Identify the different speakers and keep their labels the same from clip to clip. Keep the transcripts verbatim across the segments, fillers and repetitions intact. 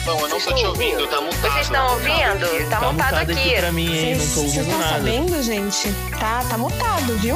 Speaker 1: Bom, eu não tô te ouvindo, tá mutado.
Speaker 2: Vocês estão ouvindo? Tá,
Speaker 3: Tá
Speaker 2: mutado
Speaker 3: mutado
Speaker 2: aqui.
Speaker 3: aqui pra mim, hein? Não tô
Speaker 4: Vocês
Speaker 3: ouvindo
Speaker 4: estão
Speaker 3: nada.
Speaker 4: sabendo, gente? Tá, tá mutado, viu?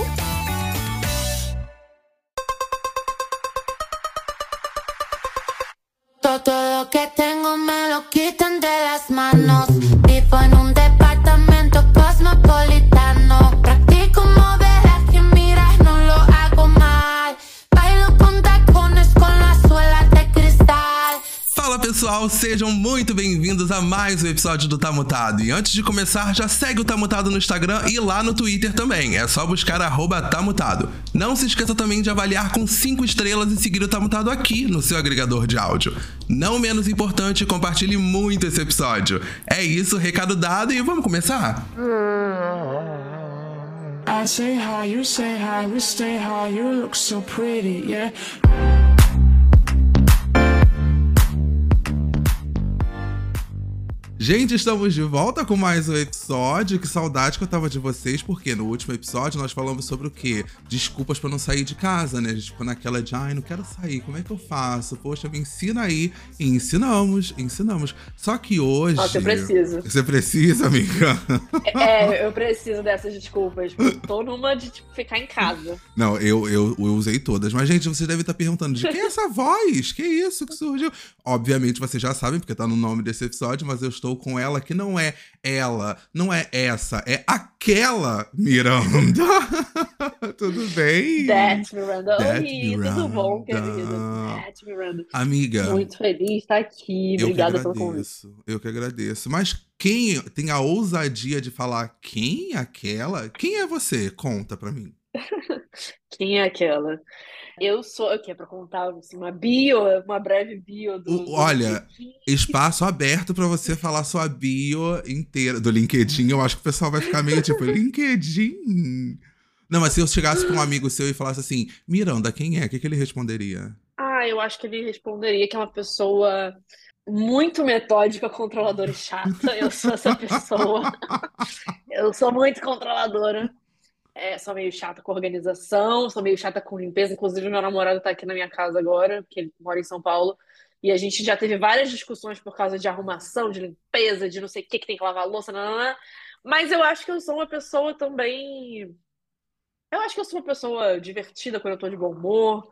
Speaker 5: Todo lo que tengo me lo quito entre las manos. Vivo en un departamento cosmopolitano. Practico mover que miras, no lo hago mal. Bailo con tacones con la suela de cristal.
Speaker 6: Fala pessoal, sejam muito bem-vindos a mais um episódio do Tá Mutado. E antes de começar, já segue o Tá Mutado no Instagram e lá no Twitter também. É só buscar arroba Tá Mutado. Não se esqueça também de avaliar com cinco estrelas e seguir o Tá Mutado aqui no seu agregador de áudio. Não menos importante, compartilhe muito esse episódio. É isso, recado dado e vamos começar?
Speaker 7: I say hi, you say hi, we stay high, you look so pretty, yeah.
Speaker 6: Gente, estamos de volta com mais um episódio. Que saudade que eu tava de vocês, porque no último episódio nós falamos sobre o quê? Desculpas pra não sair de casa, né? A gente ficou naquela de, ai, não quero sair, como é que eu faço? Poxa, me ensina aí. E ensinamos, ensinamos. Só que hoje...
Speaker 8: Nossa, eu preciso.
Speaker 6: Você precisa, amiga?
Speaker 8: É, eu preciso dessas desculpas. Tô numa de tipo, ficar em casa.
Speaker 6: Não, eu, eu, eu usei todas. Mas, gente, você deve estar perguntando, de quem é essa voz? Que isso que surgiu? Obviamente, vocês já sabem, porque tá no nome desse episódio, mas eu estou com ela, que não é ela, não é essa, é aquela Miranda. Tudo bem?
Speaker 8: That Miranda.
Speaker 6: That
Speaker 8: Oi,
Speaker 6: Miranda.
Speaker 8: tudo bom, querida? That Miranda.
Speaker 6: Amiga,
Speaker 8: Muito feliz de estar aqui.
Speaker 6: eu
Speaker 8: Obrigada
Speaker 6: que
Speaker 8: pelo convite.
Speaker 6: agradeço, eu que agradeço. Mas quem tem a ousadia de falar quem é aquela? Quem é você? Conta pra mim.
Speaker 8: Quem é aquela? Eu sou, o que é pra contar assim, uma bio, uma breve bio do.
Speaker 6: O-
Speaker 8: do
Speaker 6: olha,
Speaker 8: LinkedIn.
Speaker 6: Espaço aberto pra você falar sua bio inteira. Do LinkedIn, eu acho que o pessoal vai ficar meio tipo, LinkedIn. Não, mas se eu chegasse pra um amigo seu e falasse assim, Miranda, quem é? O que, que ele responderia?
Speaker 8: Ah, eu acho que ele responderia que é uma pessoa muito metódica, controladora e chata. Eu sou essa pessoa. Eu sou muito controladora. É, sou meio chata com organização, sou meio chata com limpeza. Inclusive, meu namorado tá aqui na minha casa agora, porque ele mora em São Paulo. E a gente já teve várias discussões por causa de arrumação, de limpeza, de não sei o que que tem que lavar a louça, nananã. Mas eu acho que eu sou uma pessoa também. Eu acho que eu sou uma pessoa divertida quando eu tô de bom humor,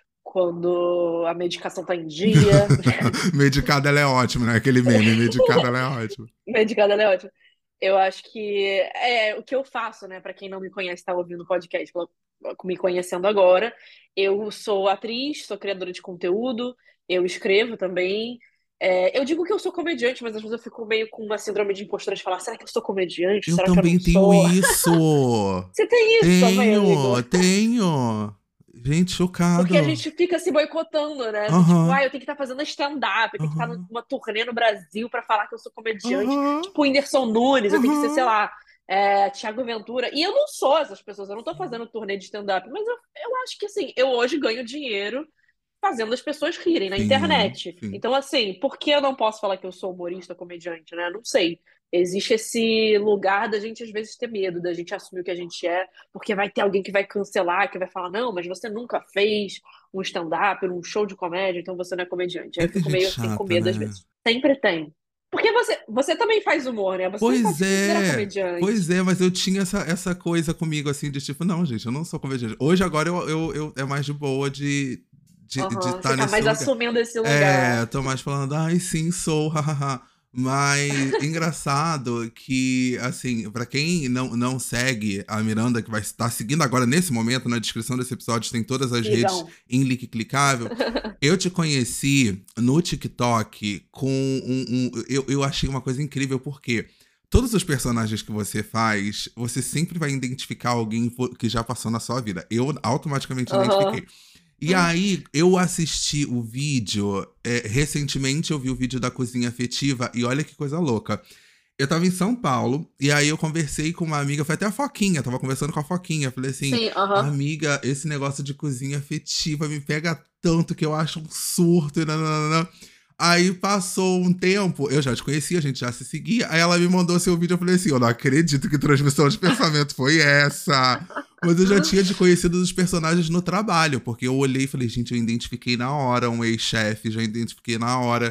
Speaker 8: quando a medicação tá em dia.
Speaker 6: Medicada ela é ótima, né? Aquele meme, medicada ela é ótima.
Speaker 8: Medicada ela é ótima. Eu acho que é o que eu faço, né? Pra quem não me conhece, tá ouvindo o podcast, me conhecendo agora. Eu sou atriz, sou criadora de conteúdo, eu escrevo também. É, eu digo que eu sou comediante, mas às vezes eu fico meio com uma síndrome de impostora de falar, será que eu sou comediante?
Speaker 6: Eu
Speaker 8: Será que eu
Speaker 6: também
Speaker 8: não
Speaker 6: tenho
Speaker 8: sou?
Speaker 6: isso.
Speaker 8: Você tem isso também, amigo?
Speaker 6: Tenho, tenho. Gente, chocado.
Speaker 8: Porque a gente fica se boicotando, né?
Speaker 6: Aham.
Speaker 8: Tipo, ah, eu tenho que estar fazendo stand-up, eu tenho que estar
Speaker 6: Aham.
Speaker 8: numa turnê no Brasil pra falar que eu sou comediante.
Speaker 6: Aham.
Speaker 8: Tipo, o Whindersson Nunes, eu tenho que ser,
Speaker 6: Aham.
Speaker 8: sei lá, é, Thiago Ventura. E eu não sou essas pessoas, eu não tô fazendo turnê de stand-up, mas eu, eu acho que, assim, eu hoje ganho dinheiro fazendo as pessoas rirem na
Speaker 6: Sim,
Speaker 8: internet.
Speaker 6: sim.
Speaker 8: Então, assim, por que eu não posso falar que eu sou humorista, comediante, né? Não sei. Existe esse lugar da gente, às vezes, ter medo, da gente assumir o que a gente é, porque vai ter alguém que vai cancelar, que vai falar, não, mas você nunca fez um stand-up, um show de comédia, então você não é comediante. Aí eu
Speaker 6: Tem
Speaker 8: fico
Speaker 6: gente
Speaker 8: meio assim, com
Speaker 6: chata,
Speaker 8: medo às
Speaker 6: né?
Speaker 8: vezes. Sempre tem. Porque você, você também faz humor, né? Você não pode
Speaker 6: Pois
Speaker 8: se considerar
Speaker 6: é,
Speaker 8: comediante.
Speaker 6: pois é, mas eu tinha essa, essa coisa comigo, assim, de tipo, não, gente, eu não sou comediante. Hoje, agora, eu, eu, eu é mais de boa de de
Speaker 8: Aham,
Speaker 6: de
Speaker 8: você
Speaker 6: estar
Speaker 8: tá
Speaker 6: nesse
Speaker 8: mais
Speaker 6: lugar.
Speaker 8: assumindo esse lugar.
Speaker 6: É, tô mais falando, ai, sim, sou, hahaha. Mas engraçado que, assim, pra quem não, não segue a Miranda, que vai estar seguindo agora nesse momento, na descrição desse episódio tem todas as
Speaker 8: Sigam.
Speaker 6: redes em link clicável. Eu te conheci no TikTok com um... um eu, eu achei uma coisa incrível, porque todos os personagens que você faz, você sempre vai identificar alguém que já passou na sua vida. Eu automaticamente
Speaker 8: Aham.
Speaker 6: identifiquei. E aí, eu assisti o vídeo, é, recentemente eu vi o vídeo da cozinha afetiva, e olha que coisa louca. Eu tava em São Paulo, e aí eu conversei com uma amiga, foi até a Foquinha, tava conversando com a Foquinha, falei assim,
Speaker 8: Sim, aham.
Speaker 6: amiga, esse negócio de cozinha afetiva me pega tanto que eu acho um surto, e nananana. Aí passou um tempo, eu já te conhecia, a gente já se seguia, aí ela me mandou seu vídeo, eu falei assim, eu não acredito que transmissão de pensamento foi essa. Mas eu já tinha te conhecido dos personagens no trabalho, porque eu olhei e falei, gente, eu identifiquei na hora um ex-chefe, já identifiquei na hora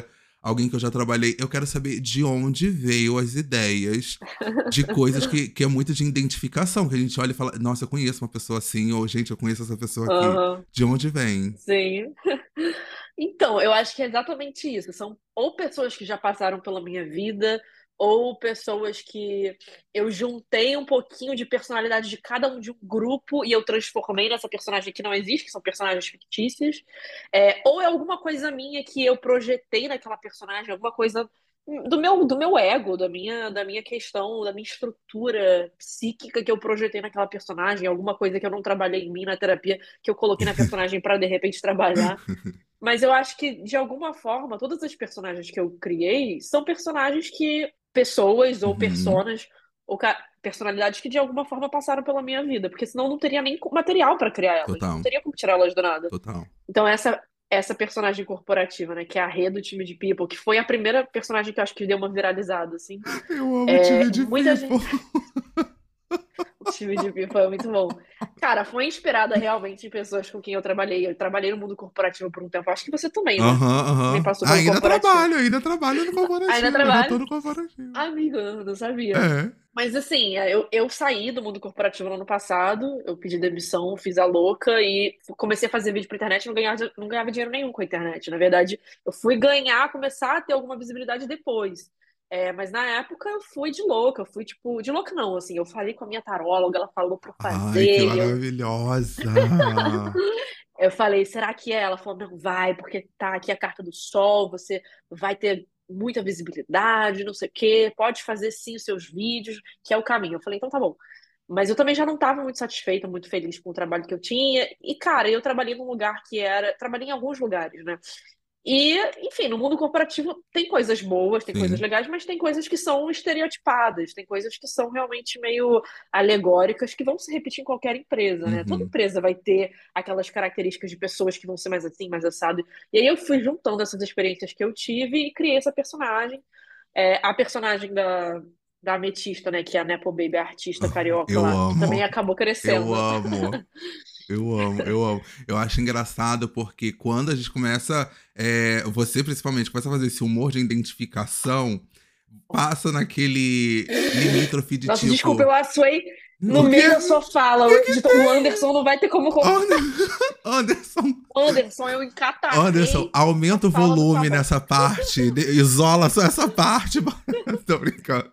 Speaker 6: alguém que eu já trabalhei. Eu quero saber de onde veio as ideias de coisas que, que é muito de identificação. Que a gente olha e fala, nossa, eu conheço uma pessoa assim. Ou, gente, eu conheço essa pessoa aqui.
Speaker 8: Aham,
Speaker 6: De onde vem?
Speaker 8: sim. Então, eu acho que é exatamente isso. São ou pessoas que já passaram pela minha vida, ou pessoas que eu juntei um pouquinho de personalidade de cada um de um grupo e eu transformei nessa personagem que não existe, que são personagens fictícios. É, ou é alguma coisa minha que eu projetei naquela personagem, alguma coisa do meu, do meu ego, da minha, da minha questão, da minha estrutura psíquica que eu projetei naquela personagem, alguma coisa que eu não trabalhei em mim na terapia, que eu coloquei na personagem para de repente trabalhar. Mas eu acho que, de alguma forma, todas as personagens que eu criei são personagens que, pessoas ou
Speaker 6: Uhum.
Speaker 8: personas, ou ca- personalidades que de alguma forma passaram pela minha vida, porque senão não teria nem material para criar elas, não
Speaker 6: Total,
Speaker 8: teria como tirar elas do nada.
Speaker 6: total.
Speaker 8: Então, essa, essa personagem corporativa, né, que é a Rê do time de People, que foi a primeira personagem que eu acho que deu uma viralizada, assim.
Speaker 6: Eu amo o time
Speaker 8: É,
Speaker 6: de
Speaker 8: muita
Speaker 6: People.
Speaker 8: gente. O time de People é muito bom. Cara, foi inspirada realmente em pessoas com quem eu trabalhei. Eu trabalhei no mundo corporativo por um tempo. Acho que você também, né?
Speaker 6: Aham,
Speaker 8: Também
Speaker 6: aham.
Speaker 8: passou pelo
Speaker 6: Ainda
Speaker 8: corporativo.
Speaker 6: trabalho, ainda trabalho no
Speaker 8: Ainda
Speaker 6: corporativo. Ainda tô
Speaker 8: trabalho?
Speaker 6: no corporativo.
Speaker 8: Amigo, eu não sabia.
Speaker 6: É.
Speaker 8: Mas assim, eu, eu saí do mundo corporativo no ano passado, eu pedi demissão, fiz a louca e comecei a fazer vídeo pra internet e não ganhava, não ganhava dinheiro nenhum com a internet. Na verdade, eu fui ganhar, começar a ter alguma visibilidade depois. É, mas na época eu fui de louca, eu fui tipo, de louca não, assim, eu falei com a minha taróloga, ela falou pra eu
Speaker 6: Ai, que
Speaker 8: fazer, e eu,
Speaker 6: maravilhosa.
Speaker 8: eu falei, será que é? Ela falou, não vai, porque tá aqui a carta do sol, você vai ter muita visibilidade, não sei o quê, pode fazer sim os seus vídeos, que é o caminho. Eu falei, então tá bom. Mas eu também já não estava muito satisfeita, muito feliz com o trabalho que eu tinha. E, cara, eu trabalhei num lugar que era. Trabalhei em alguns lugares, né? E, enfim, no mundo corporativo tem coisas boas, tem coisas
Speaker 6: Sim.
Speaker 8: legais, mas tem coisas que são estereotipadas, tem coisas que são realmente meio alegóricas, que vão se repetir em qualquer empresa, né? Toda
Speaker 6: Uhum.
Speaker 8: empresa vai ter aquelas características de pessoas que vão ser mais assim, mais assado. E aí eu fui juntando essas experiências que eu tive e criei essa personagem. É, a personagem da, da Ametista, né? Que é a Nepo Baby, a artista carioca
Speaker 6: Eu
Speaker 8: lá, que também
Speaker 6: amo.
Speaker 8: acabou
Speaker 6: Eu
Speaker 8: crescendo.
Speaker 6: amo. Eu amo, eu amo. Eu acho engraçado porque quando a gente começa, é, você principalmente começa a fazer esse humor de identificação, passa naquele limítrofe de
Speaker 8: Nossa, desculpa, eu
Speaker 6: tipo,
Speaker 8: assuei no
Speaker 6: o
Speaker 8: meio
Speaker 6: quê?
Speaker 8: da sua fala. O editor- o Anderson não vai ter como.
Speaker 6: Anderson,
Speaker 8: Anderson, eu encatarrei
Speaker 6: Anderson,
Speaker 8: a
Speaker 6: aumenta o
Speaker 8: fala do
Speaker 6: volume
Speaker 8: Fabão.
Speaker 6: nessa parte, de- isola só essa parte. Tô brincando.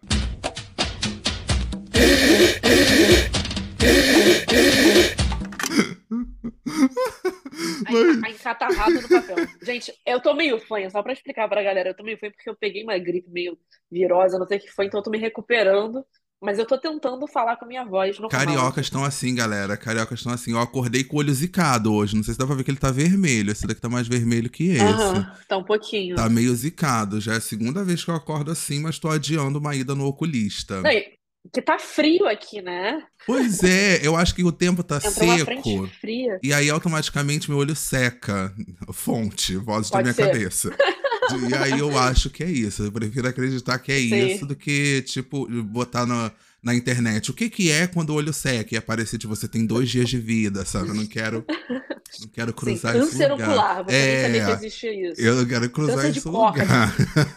Speaker 8: A enca- a encatarrada no papel. Gente, eu tô meio fanha, só pra explicar pra galera. Eu tô meio fanha porque eu peguei uma gripe meio virosa, não sei o que foi, então eu tô me recuperando. Mas eu tô tentando falar com a minha voz normal
Speaker 6: Cariocas
Speaker 8: aqui.
Speaker 6: estão assim, galera. Cariocas estão assim. Eu acordei com o olho zicado hoje. Não sei se dá pra ver que ele tá vermelho. Esse daqui tá mais vermelho que esse.
Speaker 8: Aham, tá um pouquinho.
Speaker 6: Tá meio zicado. Já é a segunda vez que eu acordo assim, mas tô adiando uma ida no oculista.
Speaker 8: Não, e- que tá frio aqui, né?
Speaker 6: Pois é, eu acho que o tempo tá
Speaker 8: Entrou uma frente
Speaker 6: seco.
Speaker 8: fria.
Speaker 6: E aí automaticamente meu olho seca. Fonte, voz da
Speaker 8: Pode
Speaker 6: minha
Speaker 8: ser.
Speaker 6: cabeça. E aí eu acho que é isso. Eu prefiro acreditar que é isso
Speaker 8: Sim.
Speaker 6: do que, tipo, botar na, na internet. O que que é quando o olho seca e aparecer de você tem dois dias de vida, sabe? Eu não quero, não quero
Speaker 8: Sim,
Speaker 6: cruzar esse
Speaker 8: câncer
Speaker 6: lugar.
Speaker 8: ocular. Você nem sabia que
Speaker 6: É,
Speaker 8: existia isso.
Speaker 6: eu não quero cruzar
Speaker 8: Câncer de
Speaker 6: esse
Speaker 8: córnea.
Speaker 6: lugar.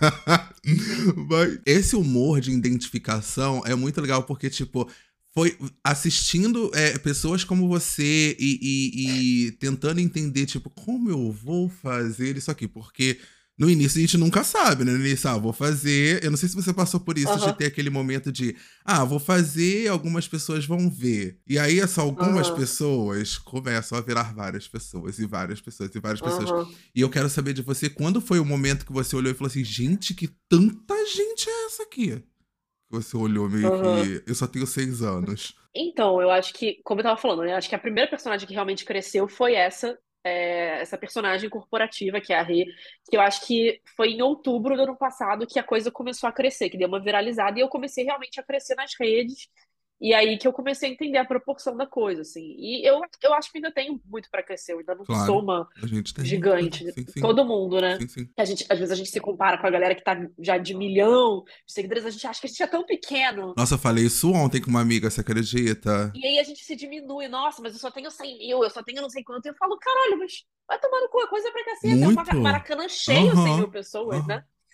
Speaker 6: Mas esse humor de identificação é muito legal porque, tipo, foi assistindo é, pessoas como você e, e- e tentando entender, tipo, como eu vou fazer isso aqui? Porque no início a gente nunca sabe, né? No início, ah, vou fazer. Eu não sei se você passou por isso, de
Speaker 8: Aham,
Speaker 6: ter aquele momento de, ah, vou fazer, algumas pessoas vão ver. E aí, essas algumas
Speaker 8: aham,
Speaker 6: pessoas começam a virar várias pessoas, e várias pessoas, e várias pessoas.
Speaker 8: aham.
Speaker 6: E eu quero saber de você, quando foi o momento que você olhou e falou assim, gente, que tanta gente é essa aqui? Que você olhou meio
Speaker 8: Aham.
Speaker 6: que, eu só tenho seis anos.
Speaker 8: Então, eu acho que, como eu tava falando, né? Acho que a primeira personagem que realmente cresceu foi essa, é, essa personagem corporativa, que é a Rê, que eu acho que foi em outubro do ano passado que a coisa começou a crescer, que deu uma viralizada, e eu comecei realmente a crescer nas redes, e aí que eu comecei a entender a proporção da coisa, assim. E eu, eu acho que ainda tenho muito pra crescer, eu ainda não sou
Speaker 6: Claro,
Speaker 8: uma
Speaker 6: a gente tem muito.
Speaker 8: gigante.
Speaker 6: Sim, sim,
Speaker 8: Todo mundo, né?
Speaker 6: sim, sim.
Speaker 8: A gente, às vezes a gente se compara com a galera que tá já de milhão de seguidores, a gente acha que a gente é tão pequeno.
Speaker 6: Nossa, eu falei isso ontem com uma amiga, você acredita?
Speaker 8: E aí a gente se diminui. Nossa, mas eu só tenho cem mil, eu só tenho não sei quanto. E eu falo, caralho, mas vai tomar no cu, a coisa é pra crescer. Tem um
Speaker 6: Muito?
Speaker 8: Maracanã cheio, cem mil
Speaker 6: Aham,
Speaker 8: pessoas, né?
Speaker 6: aham.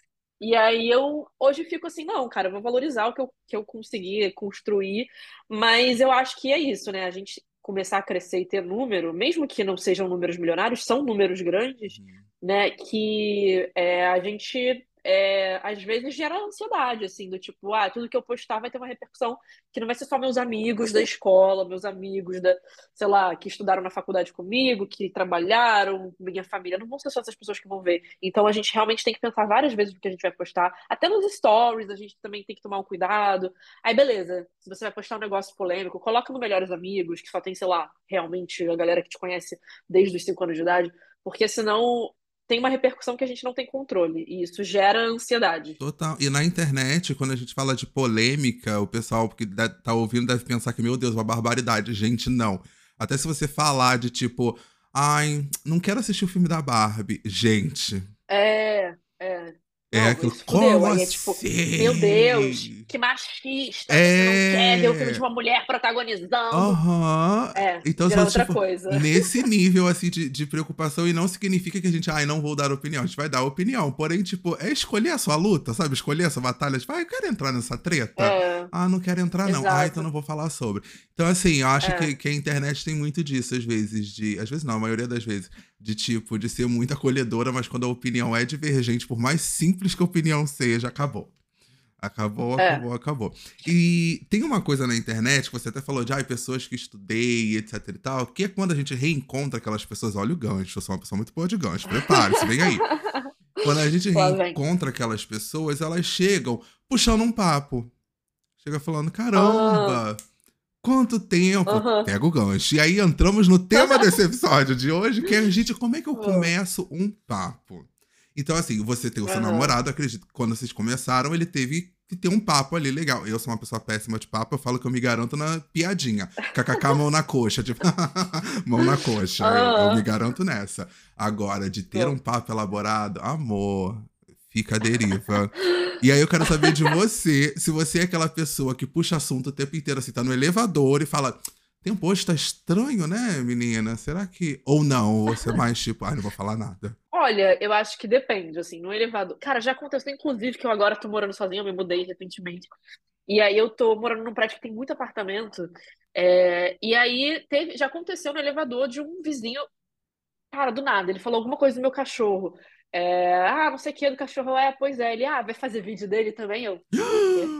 Speaker 8: E aí eu hoje fico assim, não, cara, eu vou valorizar o que eu, que eu consegui construir, mas eu acho que é isso, né? A gente começar a crescer e ter número, mesmo que não sejam números milionários, são números grandes,
Speaker 6: Uhum.
Speaker 8: né? Que é, a gente é, às vezes gera ansiedade, assim, do tipo, ah, tudo que eu postar vai ter uma repercussão que não vai ser só meus amigos da escola, meus amigos da, sei lá, que estudaram na faculdade comigo, que trabalharam, minha família, não vão ser só essas pessoas que vão ver. Então a gente realmente tem que pensar várias vezes no que a gente vai postar. Até nos stories a gente também tem que tomar um cuidado. Aí beleza, se você vai postar um negócio polêmico, coloca no Melhores Amigos, que só tem, sei lá, realmente a galera que te conhece desde os cinco anos de idade, porque senão tem uma repercussão que a gente não tem controle, e isso gera ansiedade.
Speaker 6: Total. E na internet, quando a gente fala de polêmica, o pessoal que de- tá ouvindo deve pensar que, meu Deus, uma barbaridade. Gente, não. Até se você falar de tipo, ai, não quero assistir o filme da Barbie. Gente,
Speaker 8: É, é.
Speaker 6: é
Speaker 8: Não,
Speaker 6: aquilo.
Speaker 8: isso fudeu.
Speaker 6: Como
Speaker 8: Aí é tipo, meu Deus,
Speaker 6: assim?
Speaker 8: que machista, você não quer ver o filme de
Speaker 6: É.
Speaker 8: uma mulher protagonizando.
Speaker 6: Aham.
Speaker 8: É,
Speaker 6: Então
Speaker 8: vira
Speaker 6: são,
Speaker 8: outra
Speaker 6: tipo,
Speaker 8: coisa.
Speaker 6: nesse nível, assim, de, de preocupação. E não significa que a gente, ai, não vou dar opinião. A gente vai dar opinião. Porém, tipo, é escolher a sua luta, sabe? Escolher a sua batalha. Tipo, ah, eu quero entrar nessa treta.
Speaker 8: É,
Speaker 6: Ah, não quero entrar, não. Ah, então
Speaker 8: exato.
Speaker 6: não vou falar sobre. Então, assim, eu acho que,
Speaker 8: É,
Speaker 6: que a internet tem muito disso, às vezes. De, às vezes não, a maioria das vezes. De, tipo, de ser muito acolhedora, mas quando a opinião é divergente, por mais simples que a opinião seja, acabou. Acabou,
Speaker 8: é.
Speaker 6: acabou, acabou. E tem uma coisa na internet, que você até falou de, ai, pessoas que estudei, etc e tal, que é quando a gente reencontra aquelas pessoas, olha o gancho, eu sou uma pessoa muito boa de gancho, prepare-se, vem aí. Quando a gente
Speaker 8: Lá vem.
Speaker 6: reencontra aquelas pessoas, elas chegam puxando um papo. Chega falando,
Speaker 8: Ah,
Speaker 6: caramba, quanto tempo?
Speaker 8: aham.
Speaker 6: Pega o gancho. E aí entramos no tema desse episódio de hoje, que é, gente, como é que eu
Speaker 8: Ah,
Speaker 6: começo um papo? Então, assim, você tem o seu
Speaker 8: aham.
Speaker 6: namorado, acredito que quando vocês começaram, ele teve que ter um papo ali legal. Eu sou uma pessoa péssima de papo, eu falo que eu me garanto na piadinha. Kkk, mão na coxa, tipo, mão na coxa. Eu, eu me
Speaker 8: Aham.
Speaker 6: garanto nessa. Agora, de ter um
Speaker 8: Pô.
Speaker 6: papo elaborado, amor, fica à deriva. E aí eu quero saber de você, se você é aquela pessoa que puxa assunto o tempo inteiro, assim, tá no elevador e fala, tempo hoje tá estranho, né, menina? Será que... Ou não, ou você é mais tipo, ai, não vou falar nada.
Speaker 8: Olha, eu acho que depende, assim, no elevador. Cara, já aconteceu, inclusive, que eu agora tô morando sozinha, eu me mudei recentemente. E aí eu tô morando num prédio que tem muito apartamento. É, e aí teve, já aconteceu no elevador de um vizinho, cara, do nada, ele falou alguma coisa do meu cachorro. É, ah, não sei o que do cachorro. É, pois é, ele, ah, vai fazer vídeo dele também? Eu, o quê?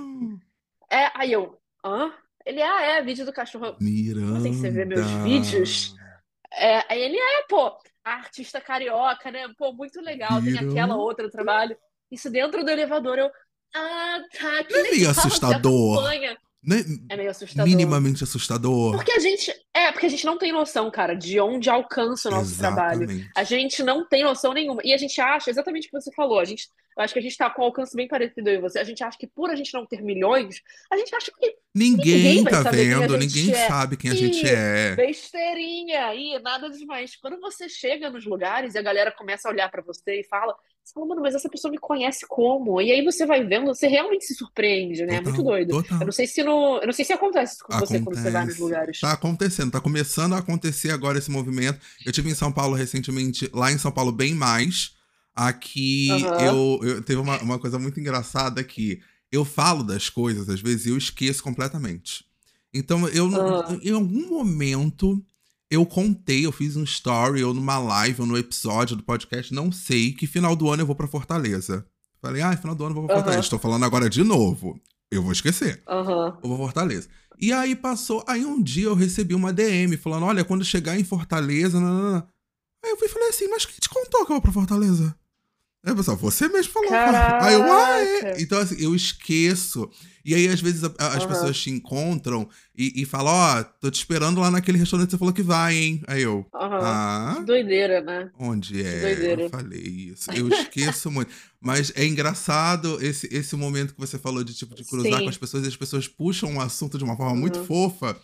Speaker 8: É, aí eu, hã? Ele, ah, é, vídeo do cachorro. Eu, como assim você vê meus vídeos?
Speaker 6: Miranda.
Speaker 8: É, aí ele, é, pô, a artista carioca, né? Pô, muito legal, tem aquela
Speaker 6: Virou.
Speaker 8: outra trabalho. Isso dentro do elevador, eu, ah, tá, que
Speaker 6: Não é meio
Speaker 8: legal, você
Speaker 6: assustador?
Speaker 8: acompanha.
Speaker 6: Não é
Speaker 8: É meio assustador.
Speaker 6: minimamente assustador?
Speaker 8: Porque a gente, é, porque a gente não tem noção, cara, de onde alcança o nosso trabalho. A
Speaker 6: Exatamente.
Speaker 8: gente não tem noção nenhuma. E a gente acha, exatamente o que você falou, a gente, eu acho que a gente tá com um alcance bem parecido eu e você. A gente acha que por a gente não ter milhões, a gente acha que ninguém
Speaker 6: Ninguém
Speaker 8: vai
Speaker 6: tá
Speaker 8: saber quem a
Speaker 6: vendo,
Speaker 8: gente
Speaker 6: ninguém
Speaker 8: é.
Speaker 6: sabe quem a gente
Speaker 8: E
Speaker 6: é.
Speaker 8: besteirinha, e nada demais. Quando você chega nos lugares e a galera começa a olhar pra você e fala, você fala, mano, mas essa pessoa me conhece como? E aí você vai vendo, você realmente se surpreende, né? É muito
Speaker 6: Total,
Speaker 8: doido. Eu
Speaker 6: total.
Speaker 8: não sei se no, eu não sei se acontece isso com você quando você vai nos
Speaker 6: Acontece.
Speaker 8: lugares.
Speaker 6: Tá acontecendo, tá começando a acontecer agora esse movimento. Eu tive em São Paulo recentemente, lá em São Paulo bem mais. Aqui
Speaker 8: Aham.
Speaker 6: eu, eu teve uma, uma coisa muito engraçada que eu falo das coisas, às vezes, e eu esqueço completamente. Então, eu, não-
Speaker 8: Ah,
Speaker 6: em algum momento, eu contei, eu fiz um story, ou numa live, ou no episódio do podcast, não sei, que final do ano eu vou pra Fortaleza. Falei, ah, final do ano eu vou pra Fortaleza.
Speaker 8: aham,
Speaker 6: Estou falando agora de novo. Eu vou esquecer.
Speaker 8: aham.
Speaker 6: Eu vou pra Fortaleza. E aí passou, aí um dia eu recebi uma D M falando, olha, quando chegar em Fortaleza, nananana. Aí eu fui e falei assim, mas quem te contou que eu vou pra Fortaleza? Aí o pessoal, você mesmo falou. Aí eu, ah, é.
Speaker 8: Caraca.
Speaker 6: Então, assim, eu esqueço. E aí, às vezes, a- a- as
Speaker 8: Aham,
Speaker 6: pessoas te encontram e, e falam, ó, tô te esperando lá naquele restaurante que você falou que vai, hein? Aí eu,
Speaker 8: aham. Que
Speaker 6: ah,
Speaker 8: doideira, né?
Speaker 6: onde
Speaker 8: Que
Speaker 6: é? Eu
Speaker 8: doideira.
Speaker 6: falei isso. Eu esqueço muito. Mas é engraçado esse, esse momento que você falou de, tipo, de cruzar com as
Speaker 8: Sim.
Speaker 6: pessoas e as pessoas puxam um assunto de uma forma muito
Speaker 8: Aham,
Speaker 6: fofa.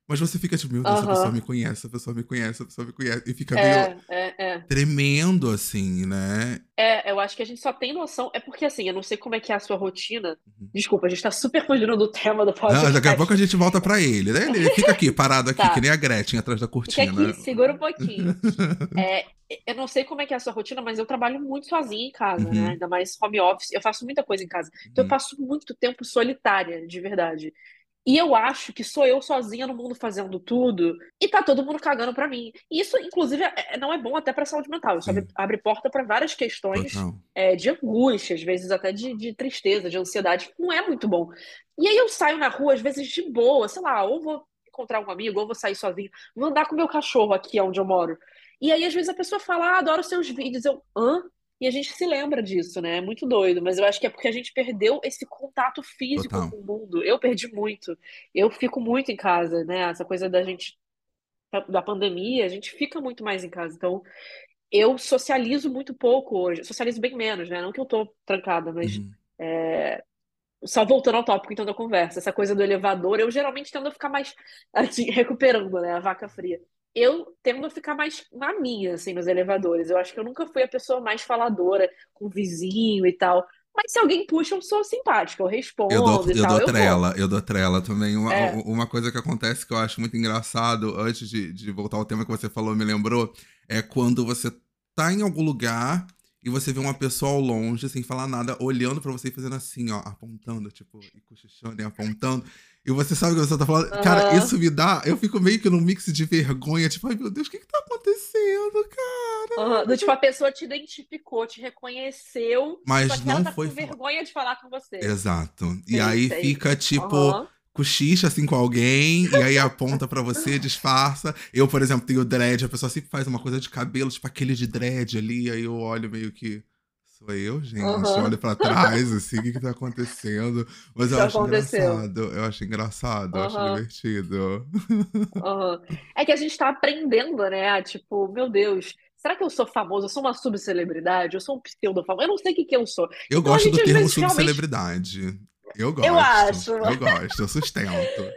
Speaker 6: Mas você fica tipo, meu Deus, essa pessoa
Speaker 8: Aham.
Speaker 6: me conhece, essa pessoa me conhece, essa pessoa me conhece. E fica meio
Speaker 8: É, é, é.
Speaker 6: tremendo, assim, né?
Speaker 8: É, eu acho que a gente só tem noção. É porque, assim, eu não sei como é que é a sua rotina.
Speaker 6: Uhum.
Speaker 8: Desculpa, a gente tá super fugindo do tema do
Speaker 6: Não, daqui a pouco a
Speaker 8: podcast.
Speaker 6: gente volta pra ele, né? Ele fica aqui, parado aqui, que
Speaker 8: Tá,
Speaker 6: nem a Gretchen atrás da
Speaker 8: fica aqui,
Speaker 6: cortina.
Speaker 8: segura um pouquinho. É, eu não sei como é que é a sua rotina, mas eu trabalho muito sozinha em casa, né?
Speaker 6: Uhum,
Speaker 8: Ainda mais home office. Eu faço muita coisa em casa. Então eu
Speaker 6: uhum.
Speaker 8: passo muito tempo solitária, de verdade. E eu acho que sou eu sozinha no mundo fazendo tudo e tá todo mundo cagando pra mim. E isso, inclusive, é- é- não é bom até pra saúde mental. Isso abre,
Speaker 6: Sim,
Speaker 8: abre porta pra várias questões,
Speaker 6: total.
Speaker 8: é, de angústia, às vezes até de, de tristeza, de ansiedade, que não é muito bom. E aí eu saio na rua, às vezes de boa, sei lá, ou vou encontrar um amigo, ou vou sair sozinho, vou andar com meu cachorro aqui onde eu moro. E aí, às vezes, a pessoa fala, ah, adoro seus vídeos. Eu, hã? E a gente se lembra disso, né? É muito doido, mas eu acho que é porque a gente perdeu esse contato físico
Speaker 6: Total.
Speaker 8: com o mundo. Eu perdi muito. Eu fico muito em casa, né? Essa coisa da gente, da pandemia, a gente fica muito mais em casa. Então, eu socializo muito pouco hoje. Socializo bem menos, né? Não que eu tô trancada, mas
Speaker 6: Uhum.
Speaker 8: só voltando ao tópico então da conversa, essa coisa do elevador, eu geralmente tendo a ficar mais assim, recuperando, né, a vaca fria. Eu tendo a ficar mais na minha, assim, nos elevadores. Eu acho que eu nunca fui a pessoa mais faladora com o vizinho e tal. Mas se alguém puxa, eu sou simpática, eu
Speaker 6: Eu dou,
Speaker 8: respondo e
Speaker 6: eu dou
Speaker 8: tal, eu vou.
Speaker 6: trela, eu dou trela também. Uma,
Speaker 8: É.
Speaker 6: uma coisa que acontece que eu acho muito engraçado, antes de, de voltar ao tema que você falou, me lembrou, é quando você tá em algum lugar e você vê uma pessoa ao longe, sem falar nada, olhando pra você e fazendo assim, ó, apontando, tipo, e cochichando e apontando. E você sabe o que você tá falando. Cara,
Speaker 8: Aham.
Speaker 6: isso me dá. Eu fico meio que num mix de vergonha, tipo, ai meu Deus, o que que tá acontecendo, cara?
Speaker 8: Aham. Do tipo, a pessoa te identificou, te reconheceu, só
Speaker 6: Mas
Speaker 8: que ela
Speaker 6: não
Speaker 8: tá
Speaker 6: foi
Speaker 8: com
Speaker 6: falar.
Speaker 8: vergonha de falar com você.
Speaker 6: Exato. E
Speaker 8: Sei,
Speaker 6: aí
Speaker 8: sei.
Speaker 6: fica tipo,
Speaker 8: Aham.
Speaker 6: cochicha assim com alguém, e aí aponta pra você, disfarça. Eu, por exemplo, tenho dread, a pessoa sempre faz uma coisa de cabelo, tipo aquele de dread ali, aí eu olho meio que. Sou eu, gente? Eu
Speaker 8: Aham.
Speaker 6: olho pra trás, assim, o que que tá acontecendo? Mas eu
Speaker 8: Isso
Speaker 6: acho
Speaker 8: aconteceu.
Speaker 6: engraçado, eu acho engraçado, eu acho
Speaker 8: Aham.
Speaker 6: divertido.
Speaker 8: Aham. É que a gente tá aprendendo, né? a, Tipo, meu Deus, será que eu sou famoso? Eu sou uma subcelebridade? Eu sou um pseudo-famoso? Eu não sei o que que eu sou.
Speaker 6: Eu
Speaker 8: Então a
Speaker 6: gosto do
Speaker 8: gente às
Speaker 6: termo
Speaker 8: vezes realmente.
Speaker 6: subcelebridade. Eu
Speaker 8: Eu
Speaker 6: gosto,
Speaker 8: acho.
Speaker 6: eu gosto, eu sustento.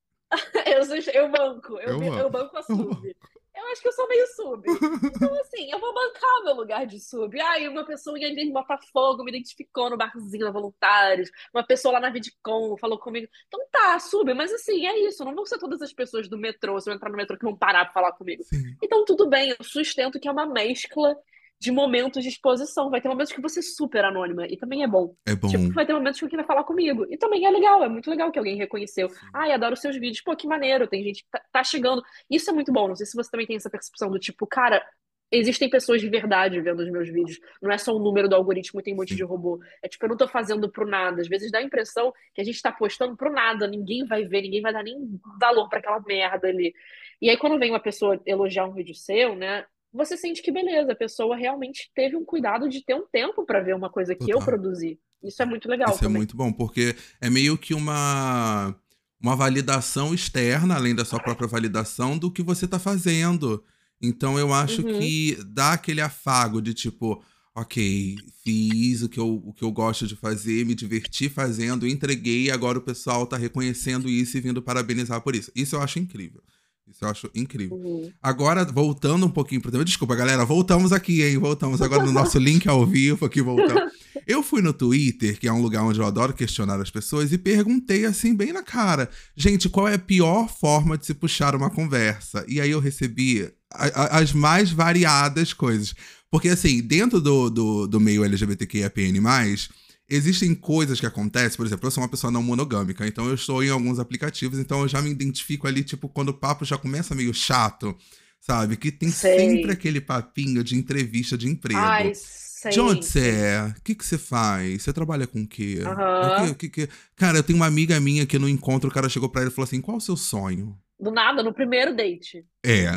Speaker 8: Eu, sou- eu banco. Eu,
Speaker 6: Eu
Speaker 8: vi- eu
Speaker 6: amo.
Speaker 8: banco a
Speaker 6: Eu
Speaker 8: sub. Eu acho que eu sou meio sub. Então, assim, eu vou bancar o meu lugar de sub. Ai, uma pessoa ia em Botafogo me identificou no barzinho da Voluntários. Uma pessoa lá na Vidcon falou comigo. Então tá, sub, mas assim, é isso. Não vão ser todas as pessoas do metrô, se eu entrar no metrô, que vão parar pra falar comigo.
Speaker 6: sim,
Speaker 8: Então tudo bem, eu sustento que é uma mescla de momentos de exposição. Vai ter momentos que você é super anônima, e também é bom.
Speaker 6: é
Speaker 8: Tipo,
Speaker 6: bom.
Speaker 8: vai ter momentos que alguém vai falar comigo. E também é legal, é muito legal que alguém reconheceu.
Speaker 6: Sim.
Speaker 8: Ai, adoro seus vídeos. Pô, que maneiro, tem gente que tá, tá chegando. Isso é muito bom. Não sei se você também tem essa percepção do tipo, cara, existem pessoas de verdade vendo os meus vídeos. Não é só um número do algoritmo e tem um monte de
Speaker 6: Sim.
Speaker 8: robô. É tipo, eu não tô fazendo pro nada. Às vezes dá a impressão que a gente tá postando pro nada. Ninguém vai ver, ninguém vai dar nem valor pra aquela merda ali. E aí, quando vem uma pessoa elogiar um vídeo seu, né? Você sente que beleza, a pessoa realmente teve um cuidado de ter um tempo pra ver uma coisa que eu
Speaker 6: Total,
Speaker 8: produzi. Isso é
Speaker 6: total.
Speaker 8: muito legal
Speaker 6: Isso é
Speaker 8: também.
Speaker 6: muito bom, porque é meio que uma, uma validação externa, além da sua própria validação, do que você tá fazendo. Então eu acho
Speaker 8: Uhum.
Speaker 6: que dá aquele afago de tipo, ok, fiz o que eu, o que eu gosto de fazer, me diverti fazendo, entreguei, e agora o pessoal tá reconhecendo isso e vindo parabenizar por isso. Isso eu acho incrível. Isso eu acho incrível.
Speaker 8: Uhum.
Speaker 6: Agora, voltando um pouquinho pro tema. Desculpa, galera. Voltamos aqui, hein? Voltamos agora no nosso link ao vivo. Aqui, voltamos. Eu fui no Twitter, que é um lugar onde eu adoro questionar as pessoas, e perguntei assim, bem na cara. Gente, qual é a pior forma de se puxar uma conversa? E aí eu recebi a- a- as mais variadas coisas. Porque, assim, dentro do, do, do meio L G B T Q I A P N mais, existem coisas que acontecem, por exemplo, eu sou uma pessoa não monogâmica, então eu estou em alguns aplicativos, então eu já me identifico ali, tipo, quando o papo já começa meio chato, sabe? Que tem sempre
Speaker 8: Sei.
Speaker 6: aquele papinho de entrevista de
Speaker 8: Ai,
Speaker 6: emprego. De onde você
Speaker 8: sempre.
Speaker 6: é? O que que você faz? Você trabalha com o quê? O que, o
Speaker 8: Aham.
Speaker 6: que, que... Cara, eu tenho uma amiga minha que no encontro o cara chegou pra ela e falou assim, qual o seu sonho?
Speaker 8: Do nada, no primeiro date.
Speaker 6: É,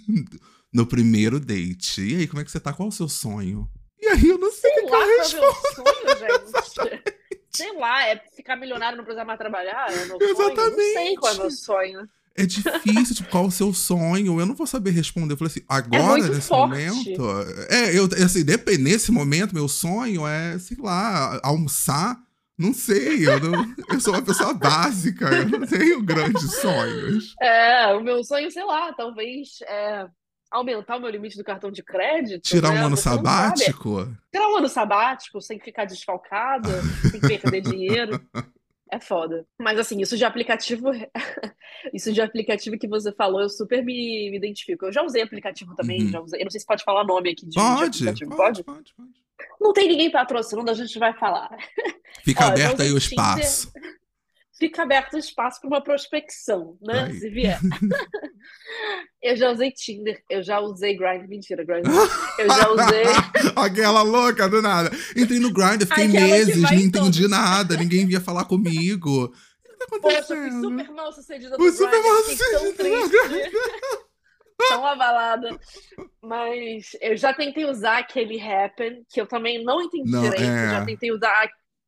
Speaker 6: no primeiro date. E aí, como é que você tá? Qual o seu sonho? E aí eu não sei o que
Speaker 8: Sei
Speaker 6: que
Speaker 8: lá
Speaker 6: eu
Speaker 8: qual é o meu
Speaker 6: respondo.
Speaker 8: sonho, gente. Sei lá, é ficar milionário e não precisar mais trabalhar? É o meu sonho? Não sei qual é o meu
Speaker 6: Exatamente.
Speaker 8: sonho.
Speaker 6: É difícil, tipo, qual o seu sonho? Eu não vou saber responder. Eu falei assim,
Speaker 8: É
Speaker 6: agora,
Speaker 8: muito
Speaker 6: nesse momento?
Speaker 8: forte.
Speaker 6: É, eu, assim, dep- nesse momento, meu sonho é, sei lá, almoçar
Speaker 1: Não sei, eu, não, eu sou uma pessoa básica, eu não tenho grandes sonhos.
Speaker 8: É, o meu sonho, sei lá, talvez é, aumentar o meu limite do cartão de crédito,
Speaker 1: Tirar um
Speaker 8: né?
Speaker 1: ano
Speaker 8: Você não sabe.
Speaker 1: sabático?
Speaker 8: Tirar um ano sabático sem ficar desfalcada, sem perder dinheiro. É foda. Mas assim, isso de aplicativo, isso de aplicativo que você falou, eu super me, me identifico. Eu já usei aplicativo também, já
Speaker 1: Uhum.
Speaker 8: usei. Eu não sei se pode falar nome aqui de, de
Speaker 1: Pode,
Speaker 8: aplicativo,
Speaker 1: pode,
Speaker 8: pode?
Speaker 1: pode, pode.
Speaker 8: Não tem ninguém patrocinando, a gente vai falar.
Speaker 1: Fica
Speaker 8: Ó, eu já
Speaker 1: aberto aí
Speaker 8: usei
Speaker 1: o
Speaker 8: Tinder,
Speaker 1: espaço.
Speaker 8: fica aberto o espaço para uma prospecção, né?
Speaker 1: Aí.
Speaker 8: Se vier. Eu já usei Tinder, eu já usei Grindr, mentira, Grindr. não. Eu já usei.
Speaker 1: Aquela louca do nada. Entrei no Grindr, fiquei
Speaker 8: Aquela que
Speaker 1: meses,
Speaker 8: vai
Speaker 1: não
Speaker 8: em
Speaker 1: entendi
Speaker 8: todos.
Speaker 1: nada, ninguém vinha falar comigo. O que tá
Speaker 8: Poxa, eu fui
Speaker 1: acontecendo?
Speaker 8: super mal sucedida no
Speaker 1: Fui super
Speaker 8: Grindr,
Speaker 1: mal
Speaker 8: fiquei tão
Speaker 1: sucedida no
Speaker 8: triste, tão abalada. Mas eu já tentei usar aquele Happen, que eu também não entendi
Speaker 1: Não,
Speaker 8: direito. Já
Speaker 1: é.
Speaker 8: tentei usar.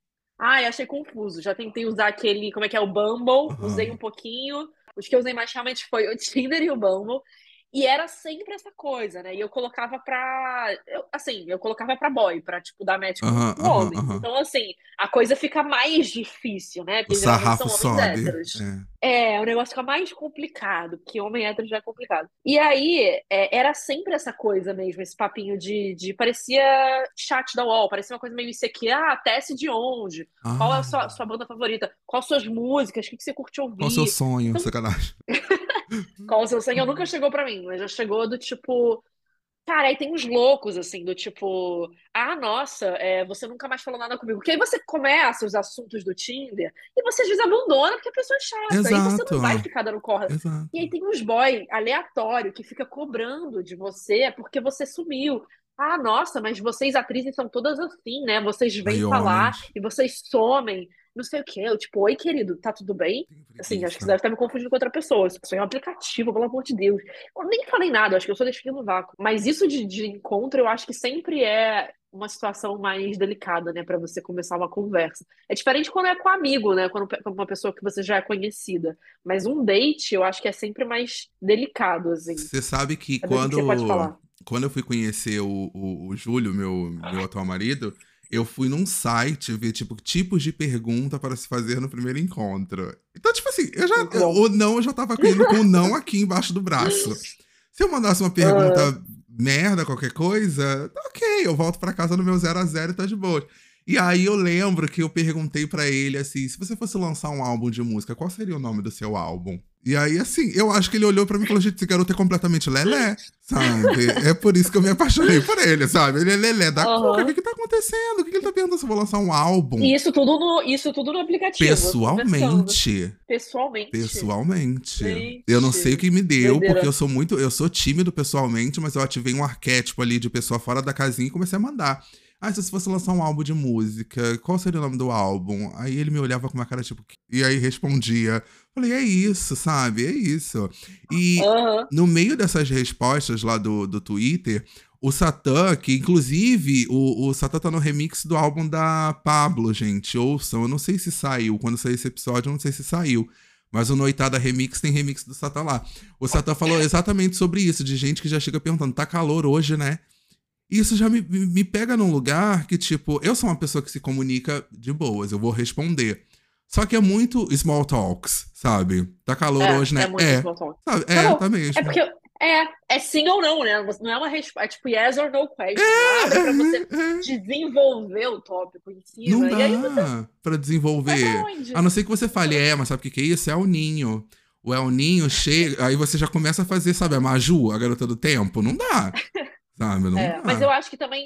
Speaker 8: Ai, achei confuso. Já tentei usar aquele, como é que é, o Bumble. Usei um
Speaker 1: Aham.
Speaker 8: pouquinho. Os que eu usei mais realmente foi o Tinder e o Bumble. E era sempre essa coisa, né? E eu colocava pra. eu- assim, eu colocava pra boy, pra, tipo, dar match com,
Speaker 1: Aham,
Speaker 8: com
Speaker 1: aham,
Speaker 8: homem.
Speaker 1: aham.
Speaker 8: Então, assim, a coisa fica mais difícil, né?
Speaker 1: O
Speaker 8: Porque geralmente são
Speaker 1: sarrafo
Speaker 8: homens
Speaker 1: sobe.
Speaker 8: héteros.
Speaker 1: É.
Speaker 8: É, o negócio fica mais complicado, porque homem hétero já é complicado. E aí, é, era sempre essa coisa mesmo, esse papinho de, de. Parecia chat da U O L, parecia uma coisa meio isso aqui. Ah, teste de onde? Qual é a sua,
Speaker 1: Ah,
Speaker 8: sua banda favorita? Quais suas músicas? O que que você curte
Speaker 1: qual o seu
Speaker 8: ouvir?
Speaker 1: sonho?
Speaker 8: Então,
Speaker 1: Sacanagem.
Speaker 8: qual o seu sonho? Nunca chegou pra mim, mas já chegou do tipo. Cara, aí tem uns loucos, assim, do tipo, ah, nossa, é, você nunca mais falou nada comigo. Porque aí você começa os assuntos do Tinder e você às vezes abandona porque a pessoa é chata. E você
Speaker 1: Exato,
Speaker 8: não vai ficar dando corda. E aí
Speaker 1: exato.
Speaker 8: tem uns boy aleatório que fica cobrando de você porque você sumiu. Ah, nossa, mas vocês atrizes são todas assim, né? Vocês
Speaker 1: Aí,
Speaker 8: vêm falar
Speaker 1: homens.
Speaker 8: e vocês somem. Não sei o quê. Eu, tipo, oi, querido, tá tudo bem?
Speaker 1: Tenho
Speaker 8: Assim, acho que você
Speaker 1: preguiça.
Speaker 8: deve estar me confundindo com outra pessoa. Isso é um aplicativo, pelo amor de Deus. Eu nem falei nada, acho que eu só deixei no vácuo. Mas isso de, de encontro, eu acho que sempre é uma situação mais delicada, né, pra você começar uma conversa. É diferente quando é com amigo, né, quando é uma pessoa que você já é conhecida. Mas um date, eu acho que é sempre mais delicado, assim.
Speaker 1: Você sabe que
Speaker 8: Saber o que que você pode
Speaker 1: quando,
Speaker 8: falar.
Speaker 1: quando eu fui conhecer o, o, o Júlio, meu, meu atual marido, eu fui num site ver, tipo, tipos de pergunta para se fazer no primeiro encontro. Então, tipo assim, eu já,
Speaker 8: Muito
Speaker 1: eu-
Speaker 8: bom.
Speaker 1: o não eu já tava indo com o não aqui embaixo do braço. Se eu mandasse uma pergunta
Speaker 8: Aham.
Speaker 1: merda, qualquer coisa, tá ok, eu volto pra casa no meu zero a zero e tá de boa. E aí eu lembro que eu perguntei pra ele assim, se você fosse lançar um álbum de música, qual seria o nome do seu álbum? E aí, assim, eu acho que ele olhou pra mim e falou, gente, esse garoto é completamente lelé, sabe? É por isso que eu me apaixonei por ele, sabe? Ele é lelé da cuca, o que
Speaker 8: Aham.
Speaker 1: que tá acontecendo? O que que ele tá perguntando se eu vou lançar um álbum?
Speaker 8: E isso tudo no, isso tudo no aplicativo, conversando.
Speaker 1: Pessoalmente.
Speaker 8: Pessoalmente.
Speaker 1: Pessoalmente. Eu não sei o
Speaker 8: Gente,
Speaker 1: que me deu, porque
Speaker 8: doideira.
Speaker 1: eu sou muito. Eu sou tímido pessoalmente, mas eu ativei um arquétipo ali de pessoa fora da casinha e comecei a mandar. Ah, se você fosse lançar um álbum de música, qual seria o nome do álbum? Aí ele me olhava com uma cara tipo. E aí respondia. Falei, é isso, sabe? É isso. E
Speaker 8: Aham.
Speaker 1: no meio dessas respostas lá do, do Twitter, o Satã, que inclusive o, o Satã tá no remix do álbum da Pablo, gente. Ouçam, eu não sei se saiu. Quando sair esse episódio, eu não sei se saiu. Mas o Noitada Remix tem remix do Satã lá. O Satã falou exatamente sobre isso, de gente que já chega perguntando, tá calor hoje, né? Isso já me, me me pega num lugar que, tipo, eu sou uma pessoa que se comunica de boas, eu vou responder. Só que é muito small talks, sabe? Tá calor
Speaker 8: É,
Speaker 1: hoje, né?
Speaker 8: é muito
Speaker 1: É,
Speaker 8: small talk.
Speaker 1: sabe? É,
Speaker 8: Acabou.
Speaker 1: tá
Speaker 8: É
Speaker 1: mesmo.
Speaker 8: porque é, é sim ou não, né? Você- Não é uma resposta, é tipo yes or no question. Não
Speaker 1: É,
Speaker 8: abre pra você
Speaker 1: é, é.
Speaker 8: desenvolver o tópico em
Speaker 1: Não
Speaker 8: cima. E aí você
Speaker 1: dá pra
Speaker 8: vai pra
Speaker 1: desenvolver.
Speaker 8: onde?
Speaker 1: A não ser que você fale, é, mas sabe o que que é isso? É o Ninho. O El Ninho chega, aí você já começa a fazer, sabe, a Maju, a garota do tempo. Não dá, sabe? Não
Speaker 8: É, mas eu
Speaker 1: dá.
Speaker 8: acho que também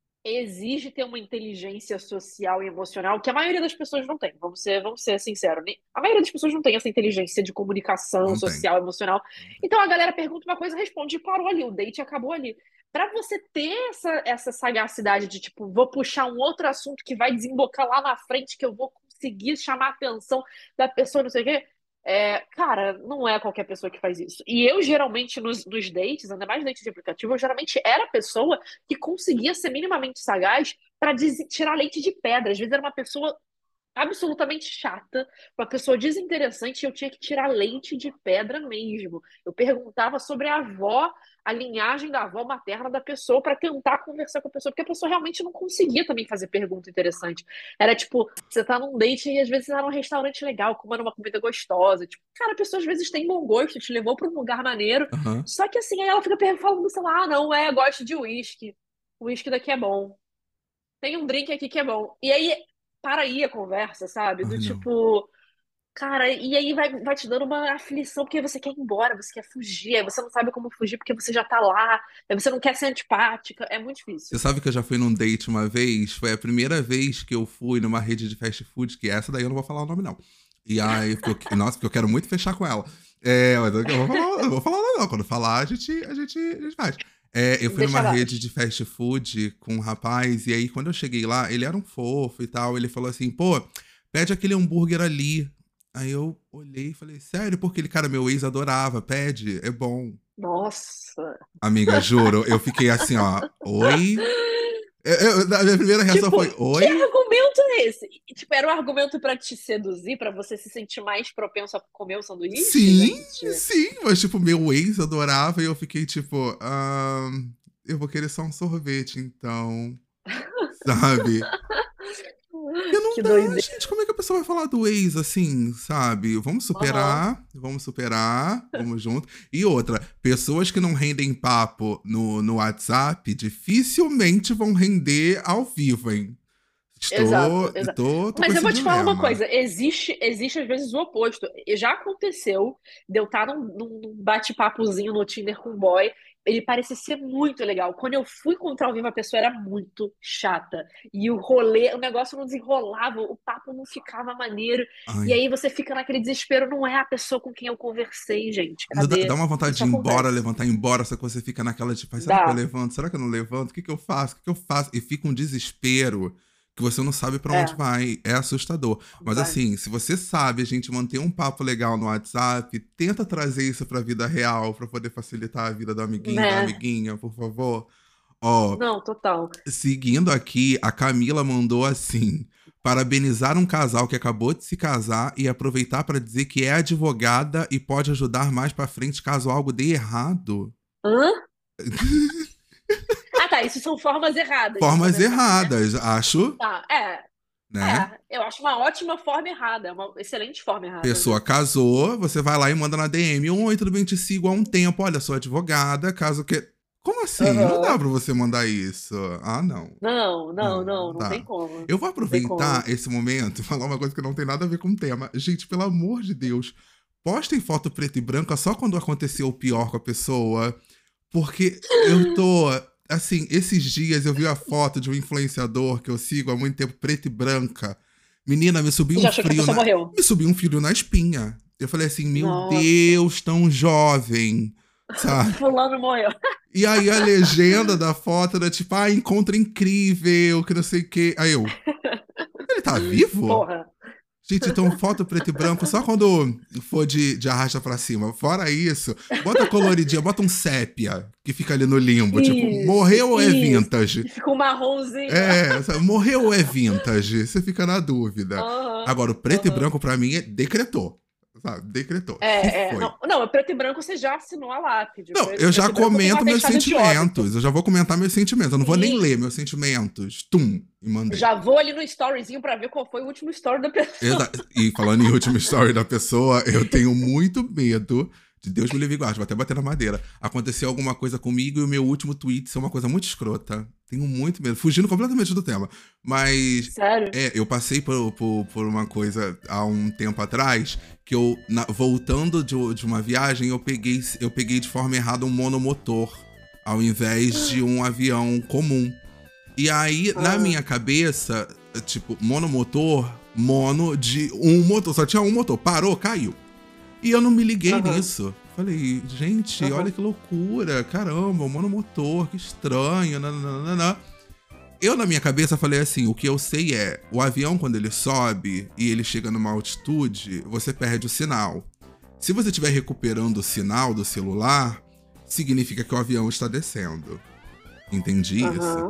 Speaker 8: exige ter uma inteligência social e emocional que a maioria das pessoas não tem. Vamos ser, vamos ser sinceros. né? A maioria das pessoas não tem essa inteligência de comunicação
Speaker 1: Não tem.
Speaker 8: social, emocional.
Speaker 1: Não tem.
Speaker 8: Então a galera pergunta uma coisa, responde e parou ali. O date acabou ali. Pra você ter essa, essa sagacidade de, tipo, vou puxar um outro assunto que vai desembocar lá na frente, que eu vou conseguir chamar a atenção da pessoa, não sei o quê. É, cara, não é qualquer pessoa que faz isso. E eu, geralmente, nos, nos dates, ainda mais dates de aplicativo, eu geralmente era a pessoa que conseguia ser minimamente sagaz pra tirar leite de pedra. Às vezes era uma pessoa absolutamente chata, uma pessoa desinteressante, e eu tinha que tirar leite de pedra mesmo. Eu perguntava sobre a avó, a linhagem da avó materna da pessoa para tentar conversar com a pessoa, porque a pessoa realmente não conseguia também fazer pergunta interessante. Era tipo, você tá num date e às vezes você tá num restaurante legal, comendo uma comida gostosa. Tipo, cara, a pessoa às vezes tem bom gosto, te levou para um lugar maneiro.
Speaker 1: Aham.
Speaker 8: Só que assim, aí ela fica per- falando, sei lá, ah, não, é, gosto de uísque. O uísque daqui é bom. Tem um drink aqui que é bom. E aí, para aí a conversa, sabe? Do
Speaker 1: Ai, não.
Speaker 8: tipo, cara, e aí vai, vai te dando uma aflição porque você quer ir embora, você quer fugir, aí você não sabe como fugir porque você já tá lá, aí você não quer ser antipática, é muito
Speaker 1: Você
Speaker 8: difícil.
Speaker 1: sabe que eu já fui num date uma vez? Foi a primeira vez que eu fui numa rede de fast food, que essa daí eu não vou falar o nome, não. E aí, porque eu, nossa, porque eu quero muito fechar com ela. É, mas eu não vou falar, eu não vou falar o nome, não. Quando falar, a gente, a gente, a gente faz. É, eu fui
Speaker 8: Deixa
Speaker 1: numa
Speaker 8: abaixo.
Speaker 1: rede de fast food com um rapaz, e aí quando eu cheguei lá, ele era um fofo e tal, ele falou assim, pô, pede aquele hambúrguer ali. Aí eu olhei e falei, sério? Porque ele, cara, meu ex adorava, pede, é bom.
Speaker 8: Nossa.
Speaker 1: Amiga, juro, eu fiquei assim, ó, oi? Eu- eu- a minha primeira reação
Speaker 8: Tipo,
Speaker 1: foi,
Speaker 8: que
Speaker 1: oi?
Speaker 8: argumento é esse? E, tipo, era um argumento pra te seduzir, pra você se sentir mais propenso a comer o sanduíche,
Speaker 1: Sim,
Speaker 8: gente?
Speaker 1: sim, mas tipo, meu ex adorava e eu fiquei tipo, ah, eu vou querer só um sorvete, então, sabe? Porque não
Speaker 8: Que
Speaker 1: dá,
Speaker 8: doideira.
Speaker 1: gente, como é que a pessoa vai falar do ex assim, sabe? Vamos
Speaker 8: Aham.
Speaker 1: superar, vamos superar, vamos junto. E outra, pessoas que não rendem papo no, no WhatsApp dificilmente vão render ao vivo, hein?
Speaker 8: Exato,
Speaker 1: Estou,
Speaker 8: exato.
Speaker 1: tô, tô com
Speaker 8: Mas eu
Speaker 1: esse
Speaker 8: vou te falar uma
Speaker 1: dilema.
Speaker 8: coisa, existe, existe às vezes o oposto. E já aconteceu de eu estar num, num- num bate-papozinho no Tinder com um boy, ele parecia ser muito legal. Quando eu fui encontrar ao vivo, a pessoa era muito chata. E o rolê, o negócio não desenrolava, o papo não ficava maneiro. E
Speaker 1: Ai,
Speaker 8: aí você fica naquele desespero, não é a pessoa com quem eu conversei, gente.
Speaker 1: não dá, dá
Speaker 8: Cadê?
Speaker 1: uma vontade
Speaker 8: Isso
Speaker 1: de ir embora,
Speaker 8: acontece.
Speaker 1: levantar e ir embora, só que você fica naquela tipo, ai, será que eu
Speaker 8: Dá.
Speaker 1: levanto? Será que eu não levanto? O que que eu faço? O que que eu faço? E fica um desespero que você não sabe pra onde
Speaker 8: É,
Speaker 1: vai. É assustador. Mas
Speaker 8: vai.
Speaker 1: assim, se você sabe a gente manter um papo legal no WhatsApp, tenta trazer isso pra vida real, pra poder facilitar a vida do amiguinho, da
Speaker 8: Né?
Speaker 1: amiguinha, por favor. Ó,
Speaker 8: Não, total.
Speaker 1: seguindo aqui, a Camila mandou assim: parabenizar um casal que acabou de se casar e aproveitar pra dizer que é advogada e pode ajudar mais pra frente caso algo dê errado.
Speaker 8: Hã? Ah, tá. Isso são formas erradas de
Speaker 1: Formas
Speaker 8: conversar, né?
Speaker 1: erradas, acho,
Speaker 8: Tá, é,
Speaker 1: né?
Speaker 8: é, eu acho uma ótima forma errada, é uma excelente forma errada, né?
Speaker 1: Pessoa casou, você vai lá e manda na D M: Oi, tudo bem? Te sigo há um tempo. Olha, sou advogada, caso que. Como assim? Não dá
Speaker 8: Aham.
Speaker 1: pra você mandar isso. Ah, não.
Speaker 8: Não, não,
Speaker 1: Não,
Speaker 8: não,
Speaker 1: não
Speaker 8: não tem
Speaker 1: dá.
Speaker 8: como.
Speaker 1: Eu vou
Speaker 8: Não tem
Speaker 1: aproveitar
Speaker 8: como.
Speaker 1: esse momento e falar uma coisa que não tem nada a ver com o tema. Gente, pelo amor de Deus, postem foto preta e branca só quando aconteceu o pior com a pessoa. Porque eu tô. Assim, esses dias eu vi a foto de um influenciador que eu sigo há muito tempo, preta e branca. Menina, me subiu
Speaker 8: Você já
Speaker 1: um
Speaker 8: achou que a
Speaker 1: frio
Speaker 8: pessoa
Speaker 1: na.
Speaker 8: morreu?
Speaker 1: Me subiu um frio na espinha. Eu falei assim, meu
Speaker 8: Nossa,
Speaker 1: Deus, tão jovem, sabe?
Speaker 8: fulano morreu.
Speaker 1: E aí a legenda da foto era tipo, ah, encontro incrível, que não sei o quê. Aí eu, ele tá vivo?
Speaker 8: Porra.
Speaker 1: Gente, então foto preto e branco só quando for de, de arrasta pra cima. Fora isso, bota coloridinha, bota um sépia que fica ali no limbo. Tipo,
Speaker 8: Isso,
Speaker 1: morreu ou é
Speaker 8: isso.
Speaker 1: vintage?
Speaker 8: E fica um marronzinho.
Speaker 1: É, sabe, morreu ou é vintage? Você fica na dúvida.
Speaker 8: Aham,
Speaker 1: Agora, o preto e
Speaker 8: aham.
Speaker 1: branco pra mim é decretou. Sabe? Decretou. Se
Speaker 8: É, é,
Speaker 1: foi.
Speaker 8: não, não, é preto e branco você já assinou a lápide.
Speaker 1: Não,
Speaker 8: Preto,
Speaker 1: eu já
Speaker 8: preto e branco tem um
Speaker 1: comento meus
Speaker 8: atestado de óbito.
Speaker 1: sentimentos. Eu já vou comentar meus sentimentos. Eu não vou nem
Speaker 8: Sim.
Speaker 1: ler meus sentimentos. Tum, e mandei.
Speaker 8: Já vou ali no storyzinho pra ver qual foi o último story da pessoa.
Speaker 1: Exa- E falando em última story da pessoa, eu tenho muito medo de Deus me livre e guarde, vou até bater na madeira. Aconteceu alguma coisa comigo e o meu último tweet ser uma coisa muito escrota. Tenho muito medo, fugindo completamente do tema. Mas
Speaker 8: Sério?
Speaker 1: é, eu passei por, por, por uma coisa há um tempo atrás que eu, na- voltando de, de uma viagem, eu peguei, eu peguei de forma errada um monomotor ao invés de um avião comum. E aí, na
Speaker 8: Ah.
Speaker 1: minha cabeça, tipo, monomotor, mono de um motor, só tinha um motor. Parou, caiu. E eu não me liguei
Speaker 8: Aham.
Speaker 1: nisso. Falei, gente,
Speaker 8: Aham.
Speaker 1: olha que loucura, caramba, um monomotor, que estranho, nananana. Eu, na minha cabeça, falei assim, o que eu sei é, o avião, quando ele sobe e ele chega numa altitude, você perde o sinal. Se você estiver recuperando o sinal do celular, significa que o avião está descendo. Entendi isso.
Speaker 8: Aham.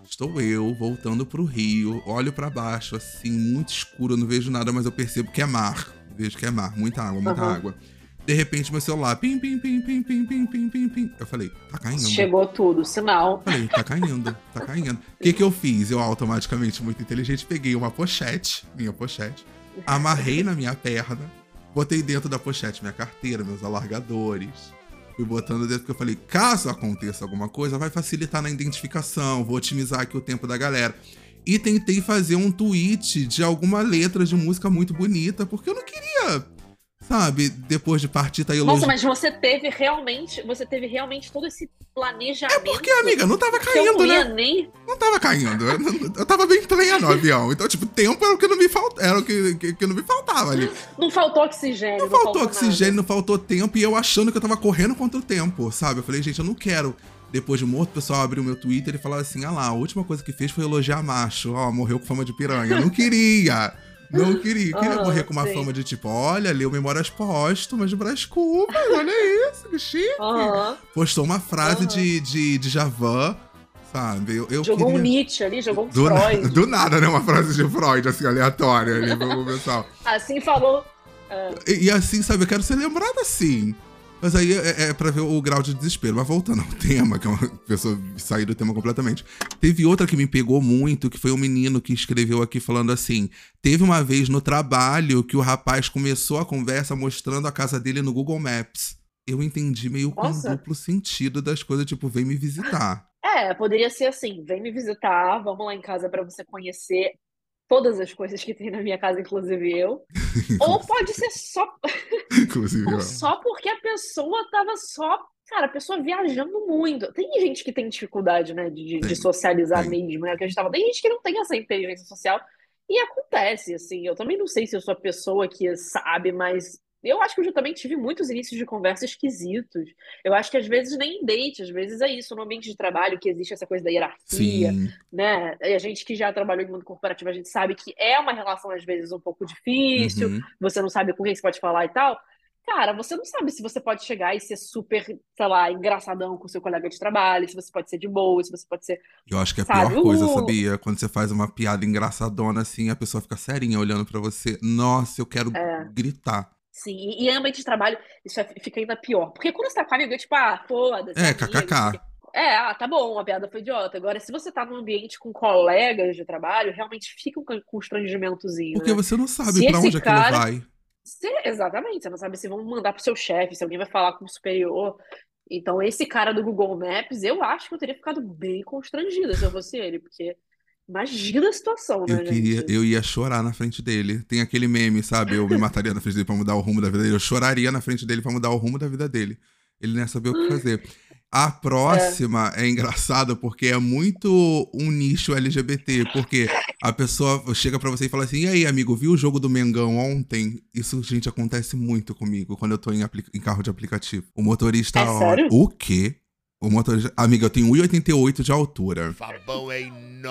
Speaker 1: Estou eu voltando pro Rio, olho pra baixo, assim, muito escuro, não vejo nada, mas eu percebo que é mar. Vejo que é mar, muita água, muita
Speaker 8: Uhum.
Speaker 1: água. De repente, meu celular, pim, pim, pim, pim, pim, pim, pim, pim, pim. Eu falei, tá caindo.
Speaker 8: Chegou tudo, sinal.
Speaker 1: Falei, tá caindo, tá caindo. O que que eu fiz? Eu automaticamente, muito inteligente, peguei uma pochete, minha pochete, amarrei na minha perna, botei dentro da pochete minha carteira, meus alargadores. Fui botando dentro, porque eu falei, caso aconteça alguma coisa, vai facilitar na identificação, vou otimizar aqui o tempo da galera. E tentei fazer um tweet de alguma letra de música muito bonita, porque eu não queria, sabe, depois de partir, tá aí
Speaker 8: Nossa, mas você teve realmente, você teve realmente todo esse planejamento.
Speaker 1: É porque, amiga, não tava
Speaker 8: que eu
Speaker 1: caindo,
Speaker 8: não ia
Speaker 1: né?
Speaker 8: nem...
Speaker 1: Não tava caindo. Eu, não- eu tava bem pleno no avião. Então, tipo, tempo era o que não me faltava. Era o que, que, que não me faltava ali.
Speaker 8: Não faltou oxigênio.
Speaker 1: Não faltou oxigênio, não faltou tempo. E eu achando que eu tava correndo contra o tempo, sabe? Eu falei, gente, eu não quero. Depois de morto, o pessoal abriu meu Twitter e falava assim: ah lá, a última coisa que fez foi elogiar macho. Ó, morreu com fama de piranha. Eu não queria. Não queria. Eu queria
Speaker 8: Ah,
Speaker 1: morrer com uma
Speaker 8: sim.
Speaker 1: fama de tipo, olha, leu Memórias Póstumas de Brás Cubas. Olha isso, que chique.
Speaker 8: Aham.
Speaker 1: Postou uma frase
Speaker 8: Aham.
Speaker 1: de, de, de Djavan, sabe? Eu, eu
Speaker 8: Jogou
Speaker 1: queria...
Speaker 8: um Nietzsche ali, jogou um
Speaker 1: Do, na-
Speaker 8: Freud.
Speaker 1: do nada, né? Uma frase de Freud, assim, aleatória ali pro pessoal.
Speaker 8: Assim falou. ah,
Speaker 1: E, e assim, sabe, eu quero ser lembrado assim. Mas aí é, é pra ver o grau de desespero. Mas voltando ao tema, que é uma pessoa sair do tema completamente. Teve outra que me pegou muito, que foi um menino que escreveu aqui falando assim: teve uma vez no trabalho que o rapaz começou a conversa mostrando a casa dele no Google Maps. Eu entendi meio com
Speaker 8: Nossa.
Speaker 1: duplo sentido das coisas, tipo, vem me visitar.
Speaker 8: É, poderia ser assim, vem me visitar, vamos lá em casa pra você conhecer todas as coisas que tem na minha casa, inclusive eu. Ou pode ser só,
Speaker 1: Inclusive,
Speaker 8: ou
Speaker 1: ó.
Speaker 8: só porque a pessoa tava só, cara, a pessoa viajando muito. Tem gente que tem dificuldade, né, de, de- de
Speaker 1: Tem,
Speaker 8: socializar
Speaker 1: tem.
Speaker 8: mesmo, né, que a gente tava. Tem gente que não tem essa inteligência social e acontece, assim. Eu também não sei se eu sou a pessoa que sabe, mas eu acho que eu já também tive muitos inícios de conversa esquisitos. Eu acho que às vezes nem em date, às vezes é isso, no ambiente de trabalho que existe essa coisa da hierarquia,
Speaker 1: Sim.
Speaker 8: né? E a gente que já trabalhou em mundo corporativo, a gente sabe que é uma relação às vezes um pouco difícil,
Speaker 1: Uhum.
Speaker 8: você não sabe com quem você pode falar e tal. Cara, você não sabe se você pode chegar e ser super, sei lá, engraçadão com o seu colega de trabalho, se você pode ser de boa, se você pode ser,
Speaker 1: Eu acho que é a
Speaker 8: sabe?
Speaker 1: pior coisa,
Speaker 8: Uh,
Speaker 1: sabia? Quando você faz uma piada engraçadona assim, a pessoa fica serinha olhando pra você. Nossa, eu quero
Speaker 8: é,
Speaker 1: gritar.
Speaker 8: sim, e e em ambiente de trabalho isso é- fica ainda pior. Porque quando você tá com amigo, é tipo, ah, foda-se,
Speaker 1: É,
Speaker 8: amigo, não sei o quê.
Speaker 1: kkk.
Speaker 8: É, ah, tá bom, a piada foi idiota. Agora, se você tá num ambiente com colegas de trabalho, realmente fica um constrangimentozinho,
Speaker 1: Porque
Speaker 8: né?
Speaker 1: você não sabe
Speaker 8: Se
Speaker 1: pra
Speaker 8: esse
Speaker 1: onde aquilo
Speaker 8: cara.
Speaker 1: vai.
Speaker 8: Se- exatamente, você não sabe se vão mandar pro seu chefe, se alguém vai falar com o superior. Então, esse cara do Google Maps, eu acho que eu teria ficado bem constrangida se eu fosse ele, porque imagina a situação,
Speaker 1: Eu
Speaker 8: né,
Speaker 1: queria,
Speaker 8: gente?
Speaker 1: eu ia chorar na frente dele. Tem aquele meme, sabe? Eu me mataria na frente dele pra mudar o rumo da vida dele. Eu choraria na frente dele pra mudar o rumo da vida dele. Ele não ia saber o que fazer. A
Speaker 8: É.
Speaker 1: próxima é engraçada porque é muito um nicho L G B T. Porque a pessoa chega pra você e fala assim: e aí, amigo, viu o jogo do Mengão ontem? Isso, gente, acontece muito comigo quando eu tô em, apli- em carro de aplicativo. O motorista
Speaker 8: É
Speaker 1: olha.
Speaker 8: sério?
Speaker 1: O quê? O motorista. Amiga, eu tenho um e oitenta e oito de altura.
Speaker 2: Fabão é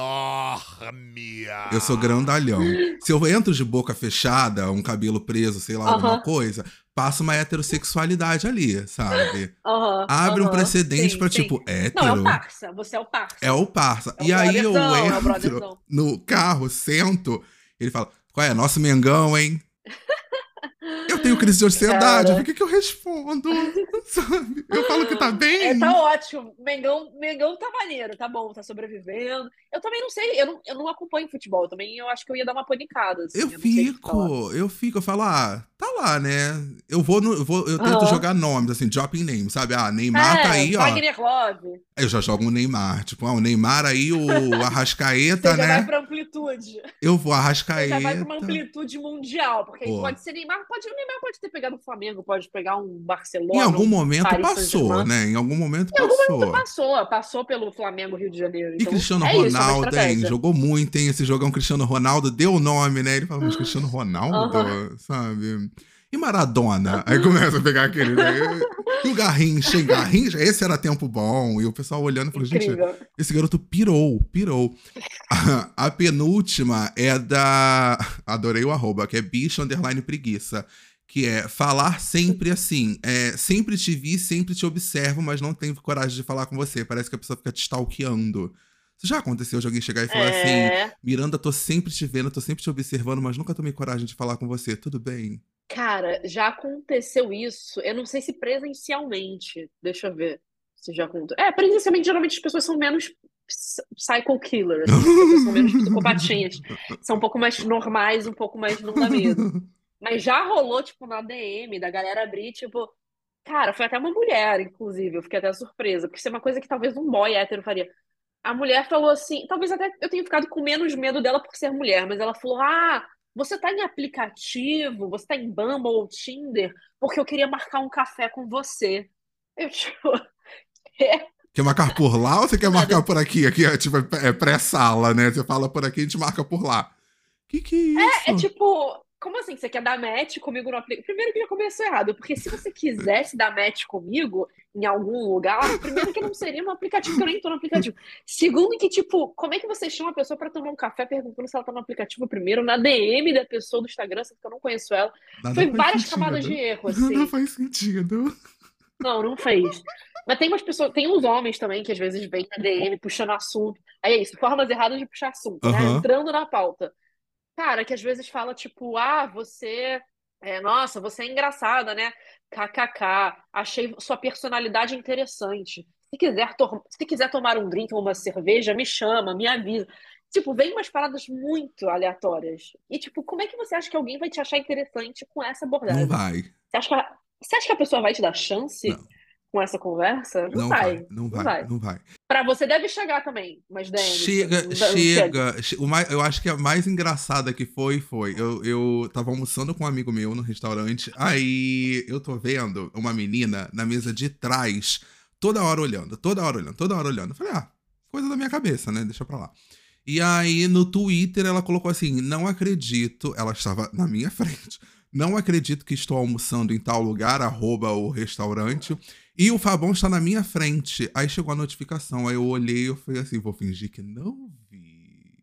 Speaker 2: enorme.
Speaker 1: Eu sou grandalhão. Se eu entro de boca fechada, um cabelo preso, sei lá, alguma
Speaker 8: Aham,
Speaker 1: coisa, passa uma heterossexualidade ali, sabe?
Speaker 8: aham,
Speaker 1: Abre um
Speaker 8: aham.
Speaker 1: precedente
Speaker 8: Sim,
Speaker 1: pra,
Speaker 8: sim.
Speaker 1: tipo,
Speaker 8: Não, é o
Speaker 1: hétero.
Speaker 8: parça, você é o parça.
Speaker 1: É o parça.
Speaker 8: É o
Speaker 1: E aí eu
Speaker 8: brotherzão, é o
Speaker 1: entro
Speaker 8: brotherzão.
Speaker 1: no carro, sento, ele fala: qual é? Nosso Mengão, hein? Eu tenho crise de ansiedade,
Speaker 8: Cara,
Speaker 1: o que que eu respondo? Sabe? Eu falo que tá
Speaker 8: é,
Speaker 1: bem.
Speaker 8: tá ótimo. Mengão, Mengão tá maneiro, tá bom, tá sobrevivendo. Eu também não sei, eu não, eu não acompanho futebol. Também eu acho que eu ia dar uma panicada, assim.
Speaker 1: Eu
Speaker 8: Eu não sei o que falar.
Speaker 1: fico, eu fico, eu falo, ah, tá lá, né? Eu vou, no, eu vou, eu tento
Speaker 8: Aham.
Speaker 1: jogar nomes, assim, dropping name, sabe? Ah, Neymar tá
Speaker 8: É,
Speaker 1: aí, ó.
Speaker 8: Wagner Love.
Speaker 1: Eu já jogo o Neymar, tipo, ah, o Neymar aí, o
Speaker 8: Você
Speaker 1: Arrascaeta,
Speaker 8: já vai
Speaker 1: né?
Speaker 8: pra amplitude.
Speaker 1: Eu vou
Speaker 8: Você já vai pra uma
Speaker 1: Arrascaeta.
Speaker 8: amplitude mundial. Porque aí
Speaker 1: Pô,
Speaker 8: pode ser Neymar, pode, o Neymar pode ter pegado o Flamengo, pode pegar um
Speaker 1: em
Speaker 8: Barcelona,
Speaker 1: algum
Speaker 8: um
Speaker 1: momento
Speaker 8: Paris
Speaker 1: passou,
Speaker 8: Saint-Germain.
Speaker 1: né? Em algum momento
Speaker 8: Em algum momento
Speaker 1: passou.
Speaker 8: passou, passou pelo Flamengo Rio de Janeiro.
Speaker 1: E
Speaker 8: Então,
Speaker 1: Cristiano
Speaker 8: é isso, é uma
Speaker 1: Ronaldo, hein?
Speaker 8: estratégia.
Speaker 1: Jogou muito, hein? Esse jogão Cristiano Ronaldo deu o nome, né? Ele fala, mas Cristiano Ronaldo,
Speaker 8: Aham.
Speaker 1: sabe? E Maradona? Aí começa a pegar aquele. E o Garrincha, hein? Garrincha, esse era tempo bom. E o pessoal olhando e falou, gente,
Speaker 8: Incrível.
Speaker 1: esse garoto pirou, pirou. A, a penúltima é da. Adorei o arroba, que é bicho underline preguiça. Que é falar sempre assim. É, sempre te vi, sempre te observo, mas não tenho coragem de falar com você. Parece que a pessoa fica te stalkeando. Isso já aconteceu de alguém chegar e falar assim:
Speaker 8: É.
Speaker 1: Miranda, tô sempre te vendo, tô sempre te observando, mas nunca tomei coragem de falar com você. Tudo bem?
Speaker 8: Cara, já aconteceu isso. Eu não sei se presencialmente. Deixa eu ver se já aconteceu. É, presencialmente, geralmente as pessoas são menos ps- psycho killer, assim. As pessoas são menos psicopatinhas. São um pouco mais normais, um pouco mais não dá medo. Mas já rolou, tipo, na D M, da galera abrir, tipo. Cara, foi até uma mulher, inclusive. Eu fiquei até surpresa. Porque isso é uma coisa que talvez um boy hétero faria. A mulher falou assim, talvez até eu tenha ficado com menos medo dela por ser mulher, mas ela falou: Ah, você tá em aplicativo, você tá em Bumble ou Tinder, porque eu queria marcar um café com você. Eu, tipo, é,
Speaker 1: Quer marcar por lá ou você quer
Speaker 8: nada.
Speaker 1: marcar por aqui? Aqui é tipo é pré-sala, né? Você fala por aqui, a gente marca por lá. Que que é isso?
Speaker 8: É tipo, como assim? Você quer dar match comigo no aplicativo? Primeiro que já começou errado, porque se você quisesse dar match comigo em algum lugar, primeiro que não seria no aplicativo, que eu nem tô no aplicativo. Segundo que, tipo, como é que você chama a pessoa pra tomar um café perguntando se ela tá no aplicativo primeiro, na D M da pessoa do Instagram, sendo que eu não conheço ela.
Speaker 1: Nada
Speaker 8: Foi
Speaker 1: faz
Speaker 8: várias camadas de
Speaker 1: sentido.
Speaker 8: erro,
Speaker 1: Nada
Speaker 8: assim.
Speaker 1: faz sentido.
Speaker 8: Não, não fez. Mas tem umas pessoas, tem uns homens também que às vezes vêm na D M puxando assunto. Aí é isso, formas erradas de puxar assunto, né?
Speaker 1: Aham.
Speaker 8: Entrando na pauta. Cara, que às vezes fala tipo, ah, você, é, nossa, você é engraçada, né? K K K, achei sua personalidade interessante. Se quiser, to- se quiser tomar um drink ou uma cerveja, me chama, me avisa. Tipo, vem umas paradas muito aleatórias. E tipo, como é que você acha que alguém vai te achar interessante com essa
Speaker 1: Não
Speaker 8: abordagem?
Speaker 1: vai.
Speaker 8: Você acha que a, você acha que a pessoa vai te dar chance
Speaker 1: Não.
Speaker 8: com essa conversa? Não
Speaker 1: Não vai.
Speaker 8: vai,
Speaker 1: Não
Speaker 8: não
Speaker 1: vai.
Speaker 8: vai.
Speaker 1: Não vai.
Speaker 8: Pra você deve chegar também umas D Ms.
Speaker 1: Chega,
Speaker 8: Não chega.
Speaker 1: chega. che- O mais, eu acho que a mais engraçada que foi, foi. Eu, eu tava almoçando com um amigo meu no restaurante. Aí eu tô vendo uma menina na mesa de trás, toda hora olhando, toda hora olhando, toda hora olhando. Eu falei, ah, coisa da minha cabeça, né? Deixa pra lá. E aí no Twitter ela colocou assim: Não acredito. Ela estava na minha frente. Não acredito que estou almoçando em tal lugar, arroba o restaurante. E o Fabão está na minha frente. Aí chegou a notificação. Aí eu olhei e eu falei assim: vou fingir que não vi.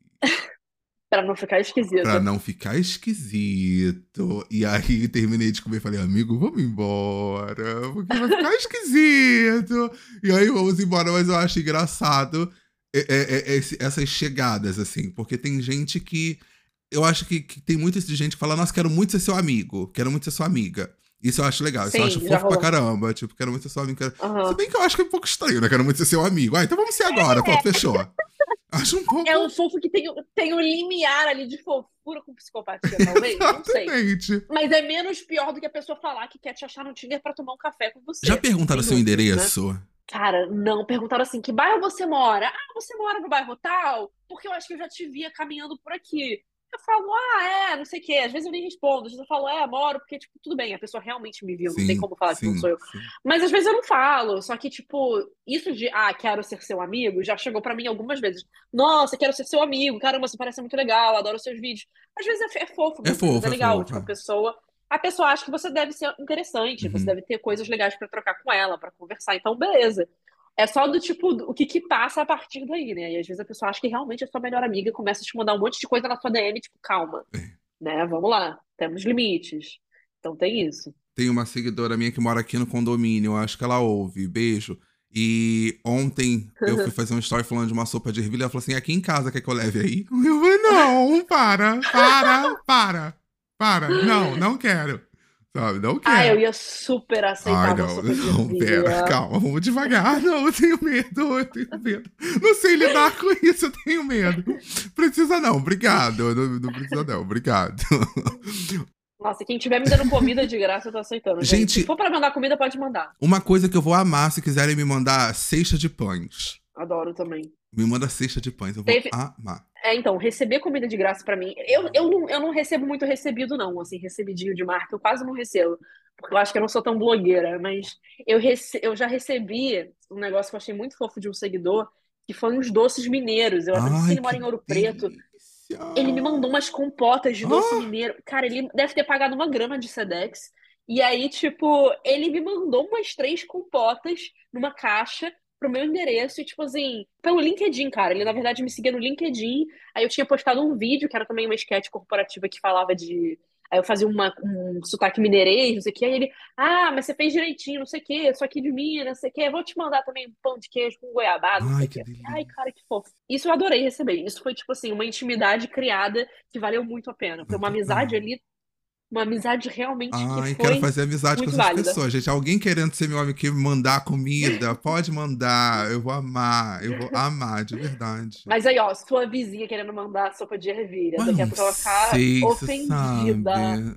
Speaker 8: Pra não ficar esquisito.
Speaker 1: Pra não ficar esquisito. E aí terminei de comer e falei: amigo, vamos embora. Porque vai ficar esquisito. E aí vamos embora. Mas eu acho engraçado é, é, é, esse- essas chegadas, assim. Porque tem gente que. Eu acho que, que tem muita gente que fala: Nossa, quero muito ser seu amigo. Quero muito ser sua amiga. Isso eu acho legal. Isso eu
Speaker 8: Sim,
Speaker 1: acho
Speaker 8: já
Speaker 1: fofo pra
Speaker 8: rolou.
Speaker 1: caramba. Tipo, quero muito ser seu amigo. Quero... Se
Speaker 8: Aham.
Speaker 1: bem que eu acho que é um pouco estranho, né? Quero muito ser seu amigo. Ah, então vamos ser agora. Pronto, fechou. Acho um pouco.
Speaker 8: É um fofo que tem, tem um limiar ali de fofura com psicopatia, talvez. Não sei.
Speaker 1: Exatamente.
Speaker 8: Mas é menos pior do que a pessoa falar que quer te achar no Tinder pra tomar um café com você.
Speaker 1: Já perguntaram
Speaker 8: Sem
Speaker 1: seu
Speaker 8: dúvidas, né?
Speaker 1: endereço?
Speaker 8: Cara, não. Perguntaram assim: que bairro você mora? Ah, você mora no bairro tal? Porque eu acho que eu já te via caminhando por aqui. Eu falo: Ah, é, não sei o quê. Às vezes eu nem respondo. Às vezes eu falo: É, moro, porque, tipo, tudo bem, a pessoa realmente me viu. Não tem
Speaker 1: Sim,
Speaker 8: como falar que não
Speaker 1: sim,
Speaker 8: sou eu.
Speaker 1: sim.
Speaker 8: Mas às vezes eu não falo. Só que, tipo, isso de, ah, quero ser seu amigo, já chegou pra mim algumas vezes. Nossa, quero ser seu amigo. Caramba, você parece muito legal, adoro seus vídeos. Às vezes é, é fofo,
Speaker 1: É
Speaker 8: às vezes
Speaker 1: fofo,
Speaker 8: é
Speaker 1: é
Speaker 8: legal.
Speaker 1: fofo.
Speaker 8: Tipo, a
Speaker 1: é.
Speaker 8: pessoa. A pessoa acha que você deve ser interessante, você
Speaker 1: Uhum.
Speaker 8: deve ter coisas legais pra trocar com ela, pra conversar. Então, beleza. É só do tipo, o que que passa a partir daí, né? E às vezes a pessoa acha que realmente é sua melhor amiga e começa a te mandar um monte de coisa na sua D M, tipo, calma, né? Vamos lá, temos limites. Então tem isso.
Speaker 1: Tem uma seguidora minha que mora aqui no condomínio, acho que ela ouve. Beijo. E ontem eu fui fazer um story falando de uma sopa de ervilha. Ela falou assim: Aqui em casa, quer que eu leve aí? Eu falei: Não, para, para, para, para. Não, não quero. Sabe, não
Speaker 8: Ah, eu
Speaker 1: quero.
Speaker 8: ia super
Speaker 1: Ai,
Speaker 8: aceitar uma
Speaker 1: não,
Speaker 8: sopa de
Speaker 1: não, pera,
Speaker 8: ervilha.
Speaker 1: calma, vamos devagar. Não, eu tenho medo, eu tenho medo. Não sei lidar com isso, eu tenho medo. Precisa não, obrigado. Não, não precisa não, obrigado.
Speaker 8: Nossa, quem tiver me dando comida de graça, eu tô aceitando, gente.
Speaker 1: Gente-
Speaker 8: Se for pra mandar comida, pode mandar.
Speaker 1: Uma coisa que eu vou amar se quiserem me mandar cesta de pães.
Speaker 8: Adoro também.
Speaker 1: Me manda cesta de pães, eu vou
Speaker 8: Teve-
Speaker 1: amar.
Speaker 8: É, então, receber comida de graça pra mim. Eu, eu, não, eu não recebo muito recebido, não. Assim, recebidinho de marca, eu quase não recebo. Porque eu acho que eu não sou tão blogueira. Mas eu, rece, eu já recebi um negócio que eu achei muito fofo de um seguidor, que foi uns doces mineiros. Eu até não sei se
Speaker 1: Ai,
Speaker 8: ele mora
Speaker 1: que
Speaker 8: em Ouro Preto.
Speaker 1: delícia.
Speaker 8: Ele me mandou umas compotas de doce
Speaker 1: Ah!
Speaker 8: mineiro. Cara, ele deve ter pagado uma grama de Sedex. E aí, tipo, ele me mandou umas três compotas numa caixa pro meu endereço. E, tipo assim, pelo LinkedIn, cara. Ele, na verdade, me seguia no LinkedIn. Aí eu tinha postado um vídeo, que era também uma sketch corporativa que falava de Aí eu fazia uma, um sotaque mineirês, não sei o que. Aí ele, ah, mas você fez direitinho, não sei o que, sou aqui de Minas, não sei o que. Vou te mandar também um pão de queijo com goiabada, não sei
Speaker 1: Ai,
Speaker 8: o
Speaker 1: que
Speaker 8: que.
Speaker 1: delícia.
Speaker 8: Ai, cara, que fofo. Isso eu adorei receber. Isso foi, tipo assim, uma intimidade criada que valeu muito a pena. Foi uma amizade ali, uma amizade realmente que
Speaker 1: Ai, quero
Speaker 8: foi
Speaker 1: fazer amizade com
Speaker 8: muito
Speaker 1: essas
Speaker 8: válida.
Speaker 1: pessoas, gente. Alguém querendo ser meu amigo que me mandar comida, pode mandar. Eu vou amar, eu vou amar, de verdade.
Speaker 8: Mas aí, ó, sua vizinha querendo mandar sopa de ervilha,
Speaker 1: Mas
Speaker 8: daqui a
Speaker 1: não
Speaker 8: pouco ela ficar
Speaker 1: sei, você
Speaker 8: ofendida.
Speaker 1: sabe.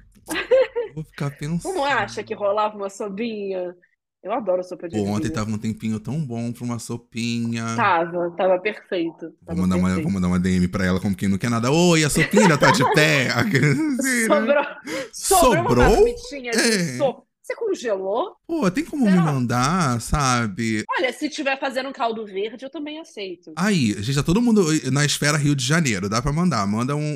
Speaker 1: Vou ficar
Speaker 8: Tu
Speaker 1: pensando.
Speaker 8: não acha que rolava uma sopinha? Eu adoro sopa de
Speaker 1: Pô, ontem
Speaker 8: ervilha.
Speaker 1: tava um tempinho tão bom pra uma sopinha.
Speaker 8: Tava, tava perfeito.
Speaker 1: Vou
Speaker 8: Tava
Speaker 1: mandar, uma, vou
Speaker 8: perfeito.
Speaker 1: mandar uma D M pra ela como quem não quer nada. Oi, a sopinha ainda tá de pé. Aquele assim, né?
Speaker 8: Sobrou, sobrou uma
Speaker 1: Sobrou?
Speaker 8: marmitinha de
Speaker 1: É.
Speaker 8: sopa. Você congelou?
Speaker 1: Pô, tem como me
Speaker 8: Será?
Speaker 1: mandar, sabe?
Speaker 8: Olha, se tiver fazendo um caldo verde, eu também aceito.
Speaker 1: Aí, gente, tá todo mundo na esfera Rio de Janeiro. Dá pra mandar. Manda um, um,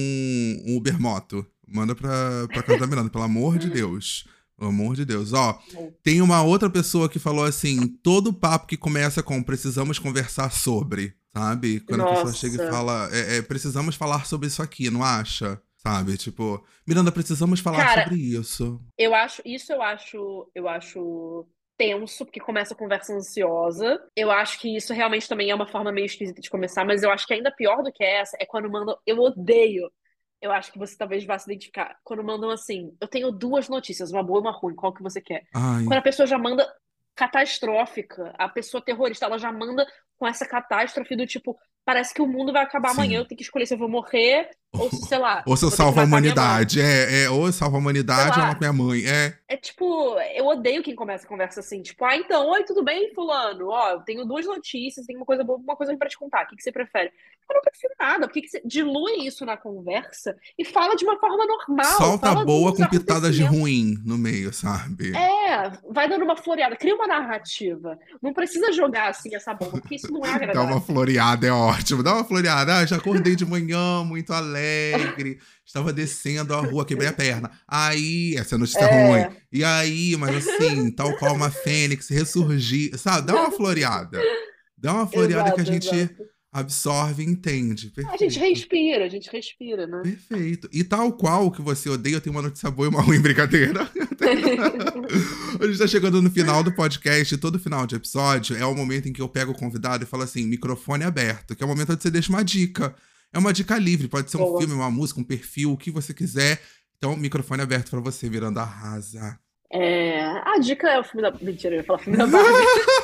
Speaker 1: um, um Ubermoto. Manda pra, pra casa da Miranda, pelo amor de Deus. Pelo amor de Deus. Ó, tem uma outra pessoa que falou assim: todo papo que começa com precisamos conversar sobre, sabe? Quando a pessoa
Speaker 8: Nossa.
Speaker 1: chega e fala, é, é, precisamos falar sobre isso aqui, não acha? Sabe? Tipo, Miranda, precisamos falar
Speaker 8: Cara,
Speaker 1: sobre isso.
Speaker 8: Eu acho, isso eu acho, eu acho tenso, porque começa a conversa ansiosa. Eu acho que isso realmente também é uma forma meio esquisita de começar, mas eu acho que ainda pior do que essa é quando mandam, eu odeio. Eu acho que você talvez vá se identificar. Quando mandam assim, eu tenho duas notícias, uma boa e uma ruim, qual que você quer?
Speaker 1: Ai,
Speaker 8: Quando a pessoa já manda catastrófica, a pessoa terrorista, ela já manda com essa catástrofe do tipo, parece que o mundo vai acabar amanhã,
Speaker 1: sim.
Speaker 8: eu tenho que escolher se eu vou morrer ou se, sei lá,
Speaker 1: Ou se eu
Speaker 8: vou ter que
Speaker 1: salvo a
Speaker 8: matar minha mãe.
Speaker 1: humanidade. É, é, ou eu salvo a
Speaker 8: Sei
Speaker 1: humanidade ou eu
Speaker 8: lá.
Speaker 1: mato minha mãe. É.
Speaker 8: É tipo, eu odeio quem começa a conversa assim, tipo, ah, então, oi, tudo bem, fulano? Ó, eu tenho duas notícias, tenho uma coisa boa, uma coisa ruim pra te contar. O que que você prefere? Eu não prefiro nada. Por que que você dilui isso na conversa e fala de uma forma normal?
Speaker 1: Solta a
Speaker 8: Fala
Speaker 1: boa
Speaker 8: dos
Speaker 1: com pitadas de
Speaker 8: acontecimentos.
Speaker 1: ruim no meio, sabe?
Speaker 8: É, vai dando uma floreada, cria uma narrativa. Não precisa jogar assim essa bomba, porque isso não é
Speaker 1: Dá uma
Speaker 8: agradável.
Speaker 1: floreada, é ótimo. Dá uma floreada. Ah, já acordei de manhã, muito alegre. Estava descendo a rua, quebrei a perna. Aí, essa é a notícia
Speaker 8: É.
Speaker 1: ruim. E aí, mas assim, tal qual uma fênix, ressurgir. Sabe? Dá uma floreada. Dá uma floreada que a
Speaker 8: Exato,
Speaker 1: gente
Speaker 8: exato.
Speaker 1: absorve e entende.
Speaker 8: A gente
Speaker 1: Perfeito.
Speaker 8: respira, a gente respira, né?
Speaker 1: Perfeito. E tal qual o que você odeia, eu tenho uma notícia boa e uma ruim, brincadeira. A gente tá chegando no final do podcast, todo final de episódio é o momento em que eu pego o convidado e falo assim, microfone aberto, que é o momento onde você deixa uma dica. É uma dica livre, pode ser um
Speaker 8: Boa.
Speaker 1: filme, uma música, um perfil, o que você quiser. Então, microfone aberto pra você, Miranda, arrasa.
Speaker 8: É, a dica é o filme da... Mentira, eu ia falar filme da Barbie.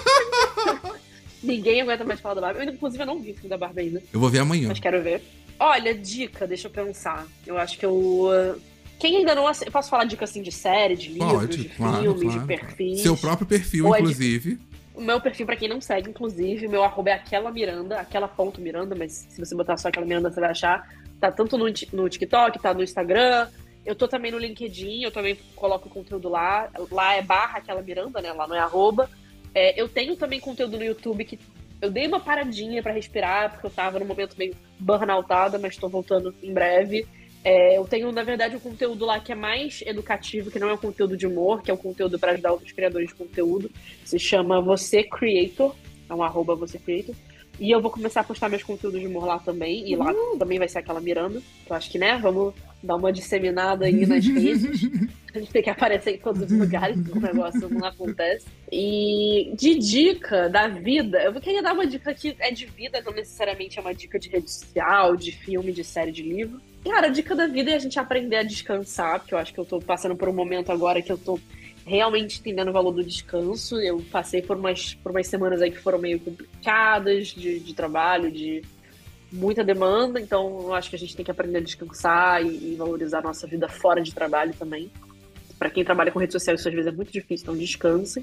Speaker 8: Ninguém aguenta mais falar da Barbie. Eu, inclusive, eu não vi o filme da Barbie ainda,
Speaker 1: Eu vou ver amanhã.
Speaker 8: mas quero ver. Olha, dica, deixa eu pensar. Eu acho que eu... uh, Quem ainda não... ass- Eu posso falar dica, assim, de série, de livros,
Speaker 1: Pode,
Speaker 8: de
Speaker 1: claro,
Speaker 8: filme,
Speaker 1: claro,
Speaker 8: de perfis.
Speaker 1: Seu próprio perfil,
Speaker 8: Ou é de-
Speaker 1: inclusive.
Speaker 8: O meu perfil, pra quem não segue, inclusive, o meu arroba é aquela Miranda, aquela ponto Miranda, mas se você botar só aquela Miranda, você vai achar. Tá tanto no, Ti- no TikTok, tá no Instagram. Eu tô também no LinkedIn, eu também coloco conteúdo lá. Lá é barra aquela Miranda, né? Lá não é arroba. É, eu tenho também conteúdo no YouTube que eu dei uma paradinha pra respirar, porque eu tava num momento meio burnoutada, mas tô voltando em breve. É, eu tenho, na verdade, um conteúdo lá que é mais educativo, que não é um conteúdo de humor, que é um conteúdo para ajudar outros criadores de conteúdo. Se chama Você Creator, é um arroba Você Creator. E eu vou começar a postar meus conteúdos de humor lá também. E lá também vai ser aquela Miranda. Eu acho que, né, vamos dar uma disseminada aí nas redes. A gente tem que aparecer em todos os lugares, o negócio não acontece. E de dica da vida, eu queria dar uma dica que é de vida, não necessariamente é uma dica de rede social, de filme, de série, de livro. Cara, a dica da vida é a gente aprender a descansar, porque eu acho que eu tô passando por um momento agora que eu tô realmente entendendo o valor do descanso. Eu passei por umas, por umas semanas aí que foram meio complicadas de, de trabalho, de muita demanda, então eu acho que a gente tem que aprender a descansar e, e valorizar a nossa vida fora de trabalho também. Pra quem trabalha com rede social, isso às vezes é muito difícil, então descansem.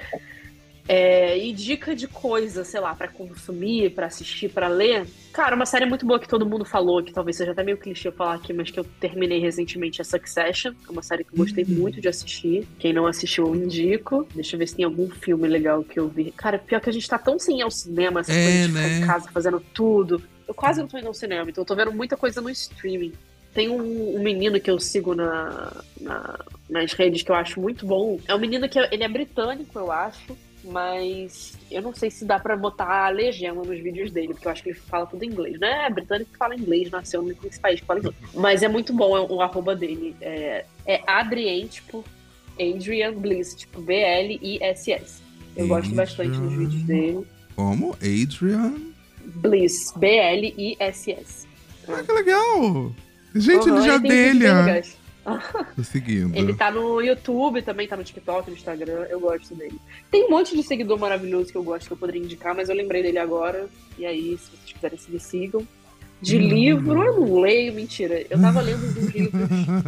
Speaker 8: É, e dica de coisa, sei lá, pra consumir, pra assistir, pra ler. Cara, uma série muito boa que todo mundo falou, que talvez seja até meio clichê eu falar aqui, mas que eu terminei recentemente, é Succession. É uma série que eu gostei muito de assistir. Quem não assistiu, eu indico. Deixa eu ver se tem algum filme legal que eu vi. Cara, pior que a gente tá tão sem ir ao cinema, essa
Speaker 1: É,
Speaker 8: coisa de ficar
Speaker 1: né?
Speaker 8: em casa fazendo tudo. Eu quase não tô indo ao cinema, então eu tô vendo muita coisa no streaming. Tem um, um menino que eu sigo na, na- nas redes que eu acho muito bom. É um menino que é- ele é britânico, eu acho. mas eu não sei se dá pra botar a legenda nos vídeos dele, porque eu acho que ele fala tudo em inglês, né? É britânico que fala inglês, nasceu nesse país que fala inglês. Mas é muito bom o, o arroba dele. É, é Adrien, tipo, Adrian Bliss, tipo, B L I S S. Eu
Speaker 1: Adrian...
Speaker 8: gosto bastante dos vídeos dele.
Speaker 1: Como? Adrian?
Speaker 8: Bliss, B L I S S.
Speaker 1: Ah, que legal! Gente,
Speaker 8: uhum,
Speaker 1: ele já
Speaker 8: ele tem
Speaker 1: delha. Tô seguindo.
Speaker 8: Ele tá no YouTube também, tá no TikTok, no Instagram. Eu gosto dele. Tem um monte de seguidor maravilhoso que eu gosto, que eu poderia indicar, mas eu lembrei dele agora. E aí, se vocês quiserem se me sigam. De hum. livro, eu não leio, mentira. Eu tava lendo uns livros.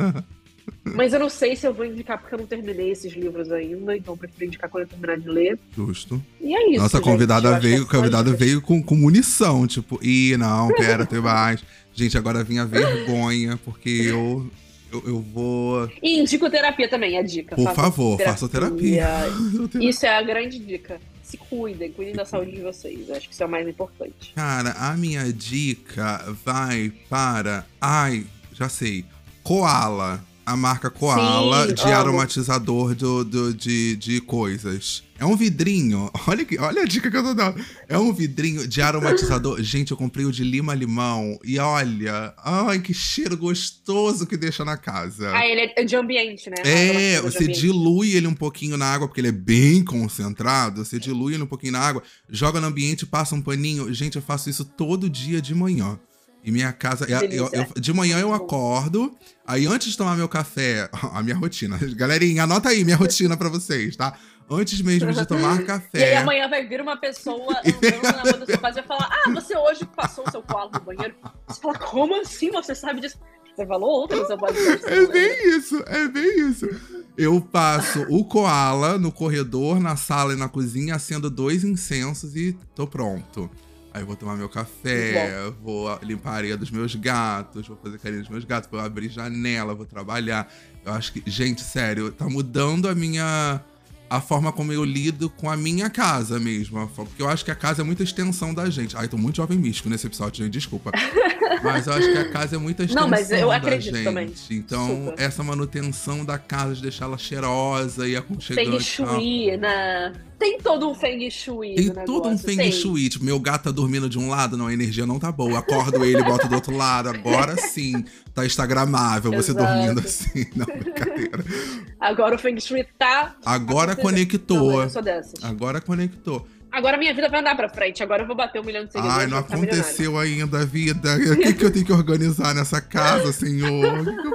Speaker 8: Mas eu não sei se eu vou indicar, porque eu não terminei esses livros ainda. Então eu prefiro indicar quando eu terminar de ler.
Speaker 1: Justo.
Speaker 8: E é isso.
Speaker 1: Nossa, a convidada
Speaker 8: gente,
Speaker 1: veio,
Speaker 8: é
Speaker 1: convidada veio com, com munição. Tipo, ih, não, pera, tem mais. Gente, agora vinha vergonha, porque eu. Eu, eu vou...
Speaker 8: E indico terapia também, a dica.
Speaker 1: Por
Speaker 8: faça
Speaker 1: favor,
Speaker 8: terapia.
Speaker 1: faça terapia.
Speaker 8: Isso é a grande dica. Se cuidem, cuidem da saúde de vocês. Eu acho que isso é o mais importante.
Speaker 1: Cara, a minha dica vai para... Ai, já sei. Koala. A marca Koala
Speaker 8: Sim,
Speaker 1: de
Speaker 8: amo.
Speaker 1: aromatizador do, do, de, de coisas. É um vidrinho. Olha, que, olha a dica que eu tô dando. É um vidrinho de aromatizador. Gente, eu comprei o de lima-limão. E olha, ai, que cheiro gostoso que deixa na casa.
Speaker 8: Ah, ele é de ambiente, né?
Speaker 1: É, você dilui ele um pouquinho na água, porque ele é bem concentrado. Você dilui ele um pouquinho na água, joga no ambiente, passa um paninho. Gente, eu faço isso todo dia de manhã. E minha casa... Eu, eu, eu, de manhã eu acordo, aí antes de tomar meu café... A minha rotina. Galerinha, anota aí minha rotina pra vocês, tá? Antes mesmo de tomar café...
Speaker 8: E aí amanhã vai vir uma pessoa andando na rua da sua casa e vai falar: ah, você hoje passou o seu koala no banheiro? Você fala: como assim você sabe disso? Você falou ontem no seu podcast.
Speaker 1: É bem isso, é bem isso. Eu passo o koala no corredor, na sala e na cozinha, acendo dois incensos e tô pronto. Aí eu vou tomar meu café, vou limpar a areia dos meus gatos, vou fazer carinho dos meus gatos, vou abrir janela, vou trabalhar. Eu acho que, gente, sério, tá mudando a minha... a forma como eu lido com a minha casa mesmo. Porque eu acho que a casa é muita extensão da gente. Ai, tô muito jovem místico nesse episódio, gente, desculpa. Mas eu acho que a casa é muita extensão da gente. Não, mas eu acredito também. Então, super. Essa manutenção da casa, de deixar ela cheirosa e aconchegante.
Speaker 8: Feng Shui, né? Tem todo um Feng Shui.
Speaker 1: Tem todo um Feng Shui. Tipo, meu gato tá dormindo de um lado, não, a energia não tá boa. Eu acordo ele, boto do outro lado. Agora sim, tá instagramável você
Speaker 8: Exato.
Speaker 1: Dormindo assim. Não, brincadeira.
Speaker 8: Agora o Feng Shui tá...
Speaker 1: Agora conectou.
Speaker 8: Não, eu sou dessas.
Speaker 1: Agora conectou.
Speaker 8: Agora minha vida vai andar pra frente. Agora eu vou bater um milhão de seguidores.
Speaker 1: Ai, não aconteceu ainda a vida. O que, que eu tenho que organizar nessa casa, senhor? O que, que eu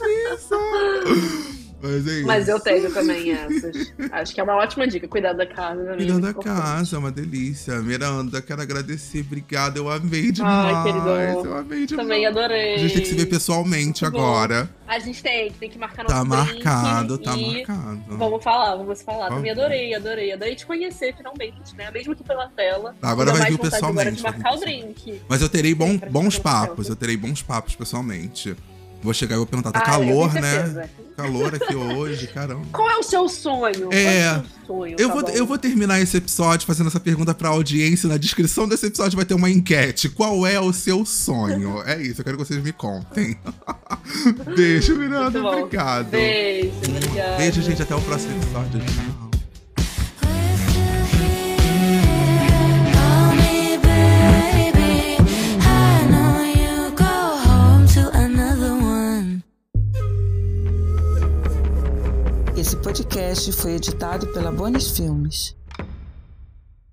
Speaker 1: preciso? Mas é isso.
Speaker 8: Mas eu tenho também essas. Acho que é uma ótima dica. Cuidar da casa.
Speaker 1: Cuidar da casa, é uma delícia. Miranda, quero agradecer. Obrigada, eu amei demais.
Speaker 8: Ai, querido.
Speaker 1: Eu amei demais.
Speaker 8: Também adorei.
Speaker 1: A gente tem que se ver pessoalmente
Speaker 8: Muito
Speaker 1: agora.
Speaker 8: Bom. A gente tem, tem que marcar nosso
Speaker 1: Tá marcado, tá
Speaker 8: e
Speaker 1: marcado.
Speaker 8: Vamos falar, vamos falar.
Speaker 1: Por
Speaker 8: Também
Speaker 1: favor.
Speaker 8: adorei, adorei. Adorei te conhecer finalmente, né? Mesmo que pela tela.
Speaker 1: Agora
Speaker 8: Tô
Speaker 1: vai
Speaker 8: mais
Speaker 1: vir
Speaker 8: vontade
Speaker 1: pessoalmente.
Speaker 8: Agora de marcar o drink.
Speaker 1: Mas eu terei bom,
Speaker 8: Pra
Speaker 1: bons
Speaker 8: gente
Speaker 1: papos,
Speaker 8: tempo.
Speaker 1: eu terei bons papos pessoalmente. Vou chegar e vou perguntar, tá
Speaker 8: Ah,
Speaker 1: calor,
Speaker 8: eu tenho
Speaker 1: né?
Speaker 8: certeza.
Speaker 1: Calor aqui hoje, caramba.
Speaker 8: Qual é o seu sonho? Qual
Speaker 1: É,
Speaker 8: é o seu sonho?
Speaker 1: Eu
Speaker 8: tá
Speaker 1: vou,
Speaker 8: bom?
Speaker 1: eu vou terminar esse episódio fazendo essa pergunta pra audiência. Na descrição desse episódio vai ter uma enquete. Qual é o seu sonho? É isso, eu quero que vocês me contem. Beijo, Miranda.
Speaker 8: Muito bom.
Speaker 1: Obrigado.
Speaker 8: Beijo, obrigada.
Speaker 1: Beijo, gente. Até o próximo episódio. Tchau.
Speaker 5: Call me, baby. I know you go home to another one.
Speaker 3: Esse podcast foi editado pela Bonis Filmes.